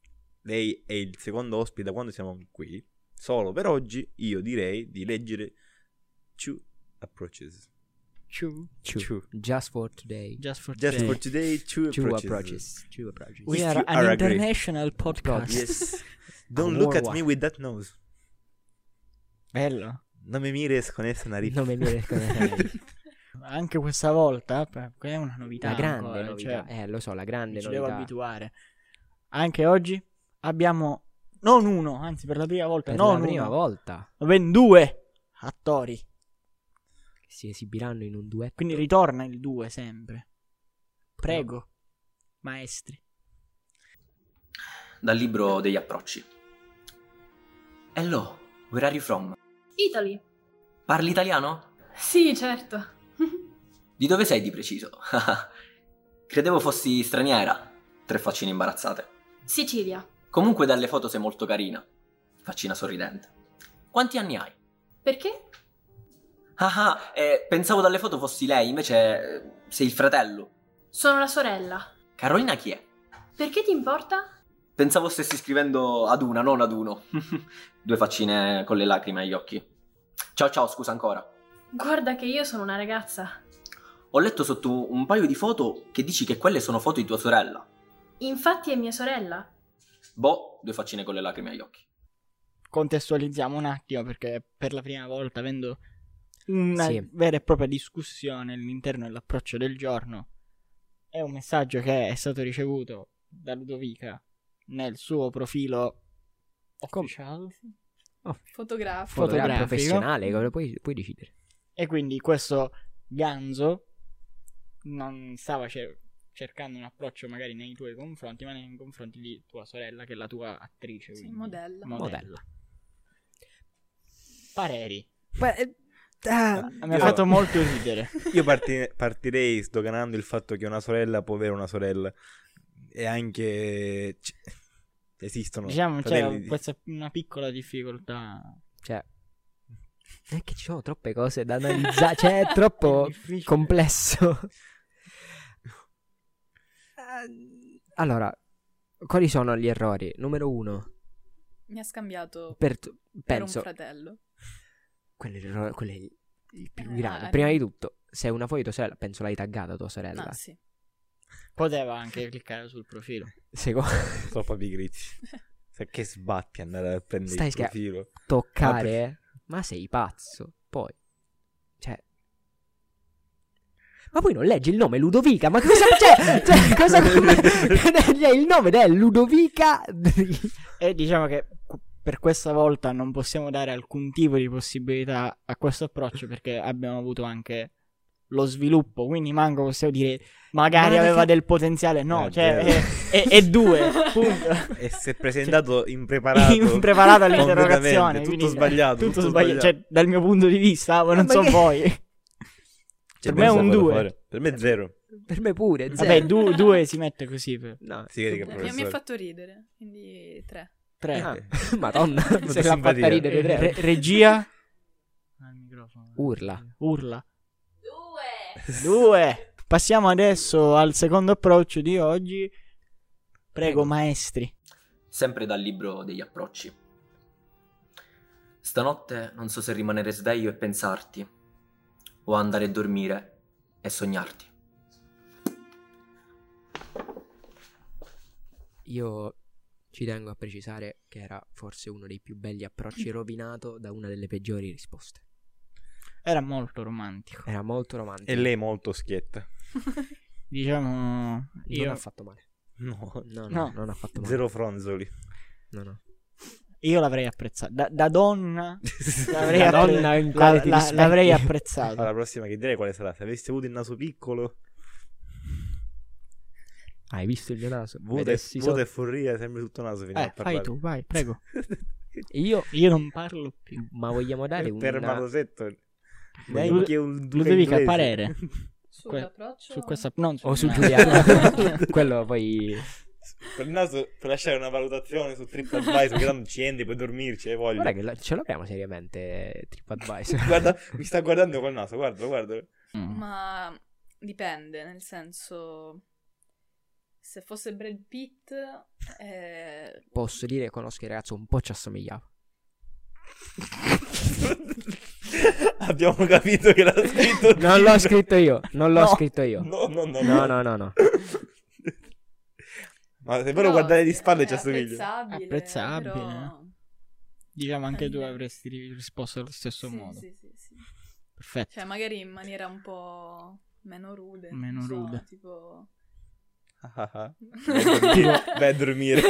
A: lei è il secondo ospite da quando siamo qui, solo per oggi, io direi di leggere Two Approaches.
B: Two.
C: Two. Just for today.
B: Just for
A: Just
B: today.
A: for today, Two
C: Two
A: Approaches.
C: approaches. Two approaches.
B: We
A: If
B: are
A: you
B: an
A: are agree.
B: international podcast.
A: Yes. Don't
C: A
A: look at
C: worldwide.
A: me with that nose.
B: Bello.
A: Non mi mires con essa nariz.
C: Non mi viene con
B: Anche questa volta, perché è una novità.
C: la grande
B: ancora,
C: novità.
B: cioè,
C: Eh, lo so, la grande
B: mi ci devo
C: novità.
B: abituare. Anche oggi abbiamo non uno, anzi per la prima volta,
C: Per
B: non
C: la prima
B: uno,
C: volta
B: ma ben due attori.
C: che si esibiranno in un duetto.
B: Quindi ritorna il due sempre. Prego, maestri.
E: Dal libro degli approcci. Hello, where are you from?
F: Italy.
E: Parli italiano?
F: Sì, certo.
E: Di dove sei di preciso? Credevo fossi straniera. Tre faccine imbarazzate.
F: Sicilia.
E: Comunque dalle foto sei molto carina. Faccina sorridente. Quanti anni hai?
F: Perché?
E: Ah ah, eh, pensavo dalle foto fossi lei, invece eh, sei il fratello.
F: Sono la sorella.
E: Carolina chi è?
F: Perché ti importa?
E: Pensavo stessi scrivendo ad una, non ad uno. Due faccine con le lacrime agli occhi. Ciao ciao, scusa ancora.
F: Guarda che io sono una ragazza.
E: Ho letto sotto un paio di foto che dici che quelle sono foto di tua sorella.
F: Infatti è mia sorella.
E: Boh, due faccine con le lacrime agli occhi.
B: Contestualizziamo un attimo perché per la prima volta, avendo una
C: Sì.
B: vera e propria discussione all'interno dell'approccio del giorno, è un messaggio che è stato ricevuto da Ludovica nel suo profilo ufficiale.
D: Fotografico.
C: Fotografico
B: fotografico.
C: professionale, come puoi, puoi decidere.
B: E quindi questo ganzo non stava cer- cercando un approccio magari nei tuoi confronti, ma nei confronti di tua sorella, che è la tua attrice.
D: Sì,
B: quindi
D: modella.
B: modella. Pareri.
C: Beh, eh, ah,
B: Mi ha
A: Io-
B: fatto molto ridere.
A: Io parti- partirei sdoganando il fatto che una sorella può avere una sorella. E anche... c- esistono
B: Diciamo, c'è
A: fratelli di-
B: questa una piccola difficoltà.
C: cioè, non è che ci sono troppe cose da analizzare, cioè è troppo
B: difficile.
C: complesso. Eh, Allora, quali sono gli errori? Numero uno,
D: Mi ha scambiato
C: per tu-
D: per
C: penso,
D: un fratello.
C: quello è l'errore- quello è il, il più
D: Eh,
C: grande.
D: eh,
C: Prima di tutto, se è una foto di tua sorella, penso l'hai taggata tua sorella.
D: Ah, sì.
B: Poteva anche cliccare sul profilo.
C: Secondo,
A: Troppa pigrizia. Se che sbatti andare a prendere
C: Stai
A: il
C: scher-
A: profilo.
C: toccare, ma sei pazzo. Poi, cioè, ma poi non leggi il nome Ludovica, ma cosa c'è? Cioè, cosa c'è il nome è Ludovica?
B: E diciamo che cu- per questa volta non possiamo dare alcun tipo di possibilità a questo approccio, perché abbiamo avuto anche lo sviluppo, quindi manco possiamo dire magari
C: Ma
B: aveva
C: raga-
B: del potenziale. No,
A: Eh,
B: cioè
A: zero.
B: è, è- è due, punto.
A: E si è presentato impreparato.
B: Impreparato all'interrogazione,
A: completamente,
B: quindi-
A: tutto sbagliato.
B: Tutto sbagliato, cioè dal mio punto di vista, ma non
C: ma
B: so
C: che-
B: voi.
A: Cioè,
B: per me è
A: pensa
B: un
A: cosa
B: due.
A: fare. Per me è zero.
C: Per me pure, zero.
B: Vabbè, du- due si mette così per
C: No,
A: Si vede che
D: Eh, mi, mi ha
A: professore.
D: fatto ridere, quindi tre.
B: tre.
C: ah, Madonna,
A: Sei
C: se l'ha fatta
A: simpatia.
C: ridere tre.
B: Re- regia. Al microfono.
C: Urla.
B: Urla. Due. Passiamo adesso al secondo approccio di oggi. Prego,
C: Prego.
B: maestri.
E: Sempre dal libro degli approcci. Stanotte non so se rimanere sveglio e pensarti, o andare a dormire e sognarti.
C: Io ci tengo a precisare che era forse uno dei più belli approcci, rovinato da una delle peggiori risposte.
B: Era molto romantico.
C: Era molto romantico.
A: E lei molto schietta.
B: Diciamo,
C: non
B: io,
C: ha fatto male.
A: No,
C: No, no,
B: No.
C: non ha fatto male.
A: zero fronzoli.
C: No, no.
B: io l'avrei apprezzato. Da, da donna, l'avrei,
C: Da
B: appre-
C: donna in
B: la-
C: quale ti
B: la-
C: rispecchi.
B: l'avrei apprezzato.
A: Allora, la prossima che direi quale sarà? Se avessi avuto il naso piccolo,
C: Hai visto il mio naso?
A: vuoto e,
C: Vedessi
A: vuoto
C: sotto-
A: e forria, sempre tutto naso. finiamo
B: Eh,
A: a parlare.
B: fai tu, vai, prego.
C: Io,
B: Io non parlo più.
C: ma vogliamo dare
A: Eh, per
C: una...
A: Malosetto.
B: Dai,
A: Voglio che un duca
B: Ludovica,
A: inglese.
B: parere.
D: Sull'approccio?
B: Su questa, non su
C: O su
B: Giuliana.
C: Giuliana. Quello poi...
A: Per il naso, per lasciare una valutazione su TripAdvisor, che tanto ci entri, puoi dormirci, hai voglia.
C: Guarda che la- ce l'abbiamo seriamente TripAdvisor.
A: Guarda, mi sta guardando col naso, guarda, guarda.
B: Mm.
D: Ma dipende, nel senso, se fosse Brad Pitt, eh,
C: Posso dire che conosco il ragazzo, un po' ci assomigliava.
A: Abbiamo capito che l'ha scritto.
C: Non l'ho scritto io, non l'ho
B: No.
C: scritto io.
A: No, no, no.
C: No, no, no, no.
A: Ma se
D: però
A: però guardare di
D: è-
A: spalle
D: è
A: ci assomiglia.
D: apprezzabile.
B: Apprezzabile.
D: però-
B: Diciamo anche tu
D: Eh.
B: avresti ri- risposto allo stesso
D: Sì,
B: modo.
D: sì, sì, sì.
B: Perfetto.
D: Cioè, magari in maniera un po' meno rude.
B: Meno
D: non so,
B: rude.
D: Tipo...
A: Ah, ah, ah. Vai a dormire.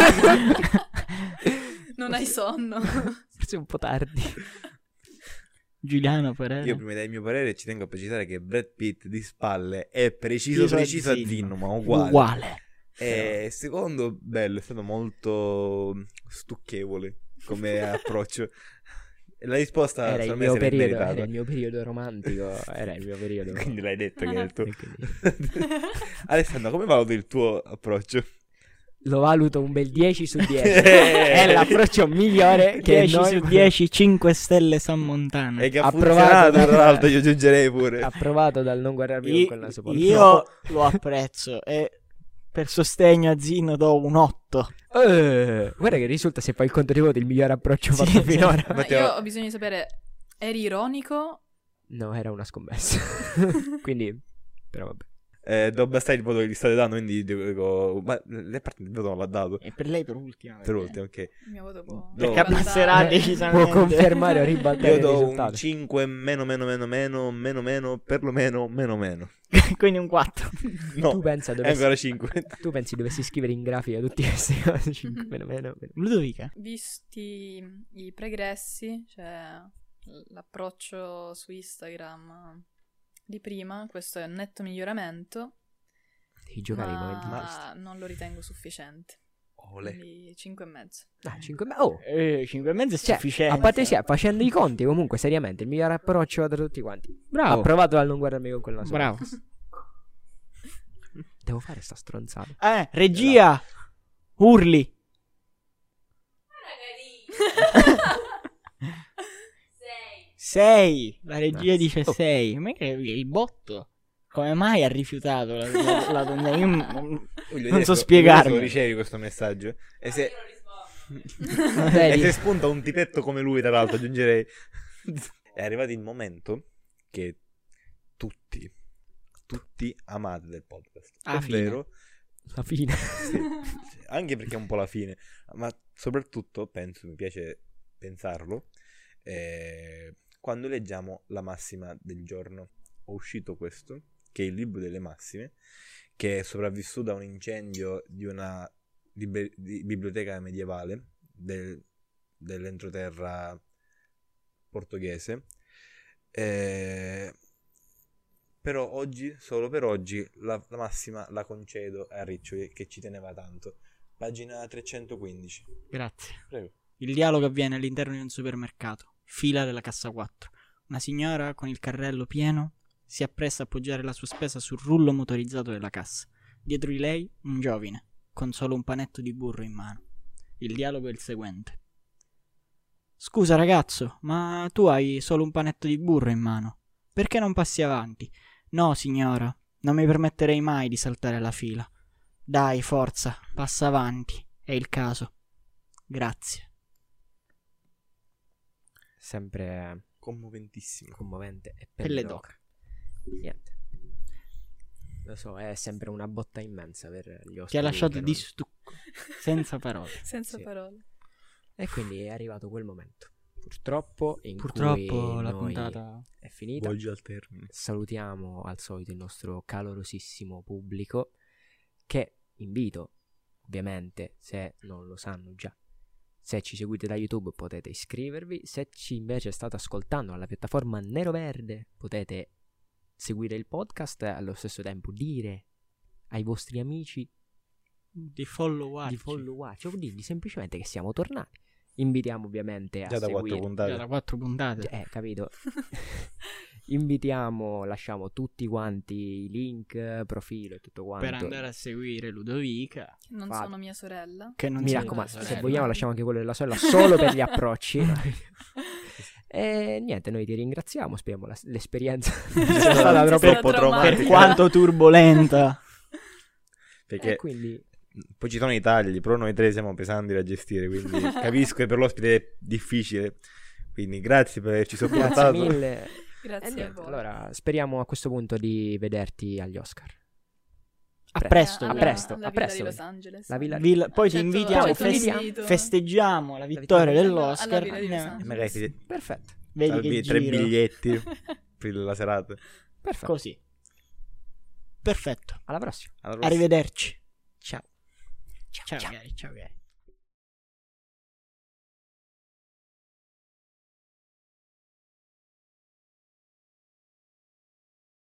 D: non hai sonno.
C: Forse è un po' tardi.
B: Giuliano Parere.
A: Io prima del mio parere ci tengo a precisare che Brad Pitt di spalle è preciso
B: Preciso a
A: preciso a
B: Zinno.
A: Zinno, ma uguale.
B: Uguale.
A: E secondo, bello, è stato molto stucchevole come approccio. E la risposta
C: Era il,
A: secondo me
C: mio
A: se l'è
C: periodo,
A: meritata.
C: era il mio periodo romantico. Era il mio periodo.
A: Quindi l'hai detto che è il tuo.
C: E quindi
A: Alessandro, come valuti il tuo approccio?
C: lo valuto un bel dieci su dieci.
A: Eh.
C: È l'approccio migliore che
B: dieci
C: noi...
B: su dieci, cinque stelle San Montano.
A: E che ha
C: Approvato
A: funzionato,
C: dal-
A: tra l'altro, io aggiungerei pure.
C: Approvato dal non guardarmi con
B: Io,
C: quel naso pollo.
B: io lo apprezzo e per sostegno a Zino do un otto.
C: Eh, guarda che risulta, se fai il conto dei voti, il miglior approccio
B: Sì,
C: fatto
B: sì.
C: finora.
D: Ma
A: Matteo-
D: io ho bisogno di sapere, eri ironico?
C: No, era una scommessa. Quindi, però vabbè.
A: Eh, devo abbassare il voto che gli state dando, quindi dico... Ma le parti del voto non l'ha dato.
B: E per lei per ultima.
A: Per
B: perché-
A: ultimo, ok.
D: Il mio voto può...
A: Perché
B: Perché abbasserà
C: Eh,
B: decisamente.
C: Può confermare o ribaltare
A: Io
C: il
A: do un
C: risultato.
A: cinque meno meno meno meno meno meno perlomeno meno meno.
B: Quindi un quattro.
A: No,
C: Tu pensa
A: è
C: dovessi...
A: ancora cinque.
C: Tu pensi dovessi scrivere in grafica tutte queste cose? cinque meno meno meno.
B: Ludovica.
D: Visti i pregressi, cioè l'approccio su Instagram di prima, questo è un netto miglioramento.
C: Devi giocare i momenti
D: Ma
C: tristi.
D: non lo ritengo sufficiente.
A: Ole.
D: Quindi cinque e mezzo.
C: Ah, cinque me- oh,
B: Eh, cinque e mezzo è
C: cioè,
B: sufficiente.
C: a parte sia, facendo i conti, comunque, seriamente, il miglior approccio da tutti quanti.
B: Bravo.
C: Ha provato a non guardarmi con quella sola.
B: Bravo.
C: Devo fare sta stronzata.
B: Eh, regia. Urli. sei. La regia
C: Grazie.
B: dice
C: Oh.
B: sei. Ma che il botto? Come mai ha rifiutato la, la, la donna? Io non,
A: Voglio
B: non
A: vedere
B: so
A: se-
B: spiegarmi.
A: se lo ricevi questo messaggio. E se, e
B: Vedi?
A: se spunta un tipetto come lui, tra l'altro, aggiungerei. È arrivato il momento che tutti, tutti amate del podcast.
B: Ah, fine.
A: Ovvero,
C: La fine.
A: sì, anche perché è un po' la fine, ma soprattutto, penso, mi piace pensarlo, eh, quando leggiamo la massima del giorno. Ho uscito questo, che è il libro delle massime, che è sopravvissuto a un incendio di una libri- di biblioteca medievale del- dell'entroterra portoghese. Eh, però oggi, solo per oggi, la, la massima la concedo a Riccio, che, che ci teneva tanto. Pagina trecentoquindici.
B: Grazie.
A: Prego.
B: Il dialogo avviene all'interno di un supermercato. Fila della cassa quattro. Una signora con il carrello pieno si appresta a appoggiare la sua spesa sul rullo motorizzato della cassa. Dietro di lei un giovane, con solo un panetto di burro in mano. Il dialogo è il seguente. Scusa ragazzo, ma tu hai solo un panetto di burro in mano. Perché non passi avanti? No, signora, non mi permetterei mai di saltare la fila. Dai, forza, passa avanti. È il caso. Grazie.
C: Sempre
A: Commoventissimo.
C: commovente e
B: Pelle
C: pelle
B: d'oca.
C: d'oca. Niente. Lo so, è sempre una botta immensa per gli ospiti.
B: Ti ha lasciato
C: che
B: di
C: non-
B: stucco, senza parole.
D: Senza
C: Sì.
D: parole.
C: E quindi è arrivato quel momento. Purtroppo, in
B: Purtroppo
C: cui
B: la
C: noi
B: puntata...
C: è finita.
A: Volge al termine.
C: Salutiamo al solito il nostro calorosissimo pubblico, che invito, ovviamente, se non lo sanno già, se ci seguite da YouTube potete iscrivervi, se ci invece state ascoltando alla piattaforma Nero Verde potete seguire il podcast e allo stesso tempo dire ai vostri amici
B: Di follow
C: di follow watch o dirgli semplicemente che siamo tornati. Invitiamo ovviamente a
A: Già da quattro
C: seguire
A: puntate.
B: da quattro puntate.
C: eh, capito? Invitiamo, lasciamo tutti quanti i link, profilo e tutto quanto.
B: Per andare a seguire Ludovica.
D: Non
C: Fate.
D: sono mia sorella.
B: Che non
C: Mi
B: si
C: raccomando,
B: vede,
C: se
B: sorella.
C: vogliamo lasciamo anche quello della sorella solo per gli approcci. E niente, noi ti ringraziamo, speriamo la- l'esperienza sia stata
D: Sia
C: troppo
D: stata
A: troppo
D: traumatica.
B: Per quanto turbolenta.
A: Perché
C: E quindi
A: poi ci sono i tagli, però noi tre siamo pesanti da gestire, quindi capisco che per l'ospite è difficile. Quindi grazie per averci
C: grazie
A: sopportato.
C: mille. E
D: Grazie a
C: niente,
D: voi.
C: allora speriamo a questo punto di vederti agli Oscar.
B: A
C: Pre-
B: presto.
C: a
D: Alla-
C: presto,
D: alla
C: a
D: villa
C: presto.
D: di Los Angeles.
C: La villa-
B: Villa- poi ti
D: Accetto-
B: invitiamo,
C: Poi
D: accetto
C: ti
B: feste-
C: invitiamo.
D: l'invito.
B: festeggiamo la
C: vittoria
B: vittoria
D: alla-
B: dell'Oscar.
D: alla Villa di Los
B: Ne-
D: Angeles.
A: Magari ti-
C: Perfetto,
B: Vedi
A: salvi
B: che
A: tre
B: giro.
A: biglietti per la serata.
C: perfetto.
B: Così. Perfetto.
C: Alla prossima.
A: Alla prossima.
B: Arrivederci.
C: Ciao.
B: Ciao, ciao. Gary, ciao Gary.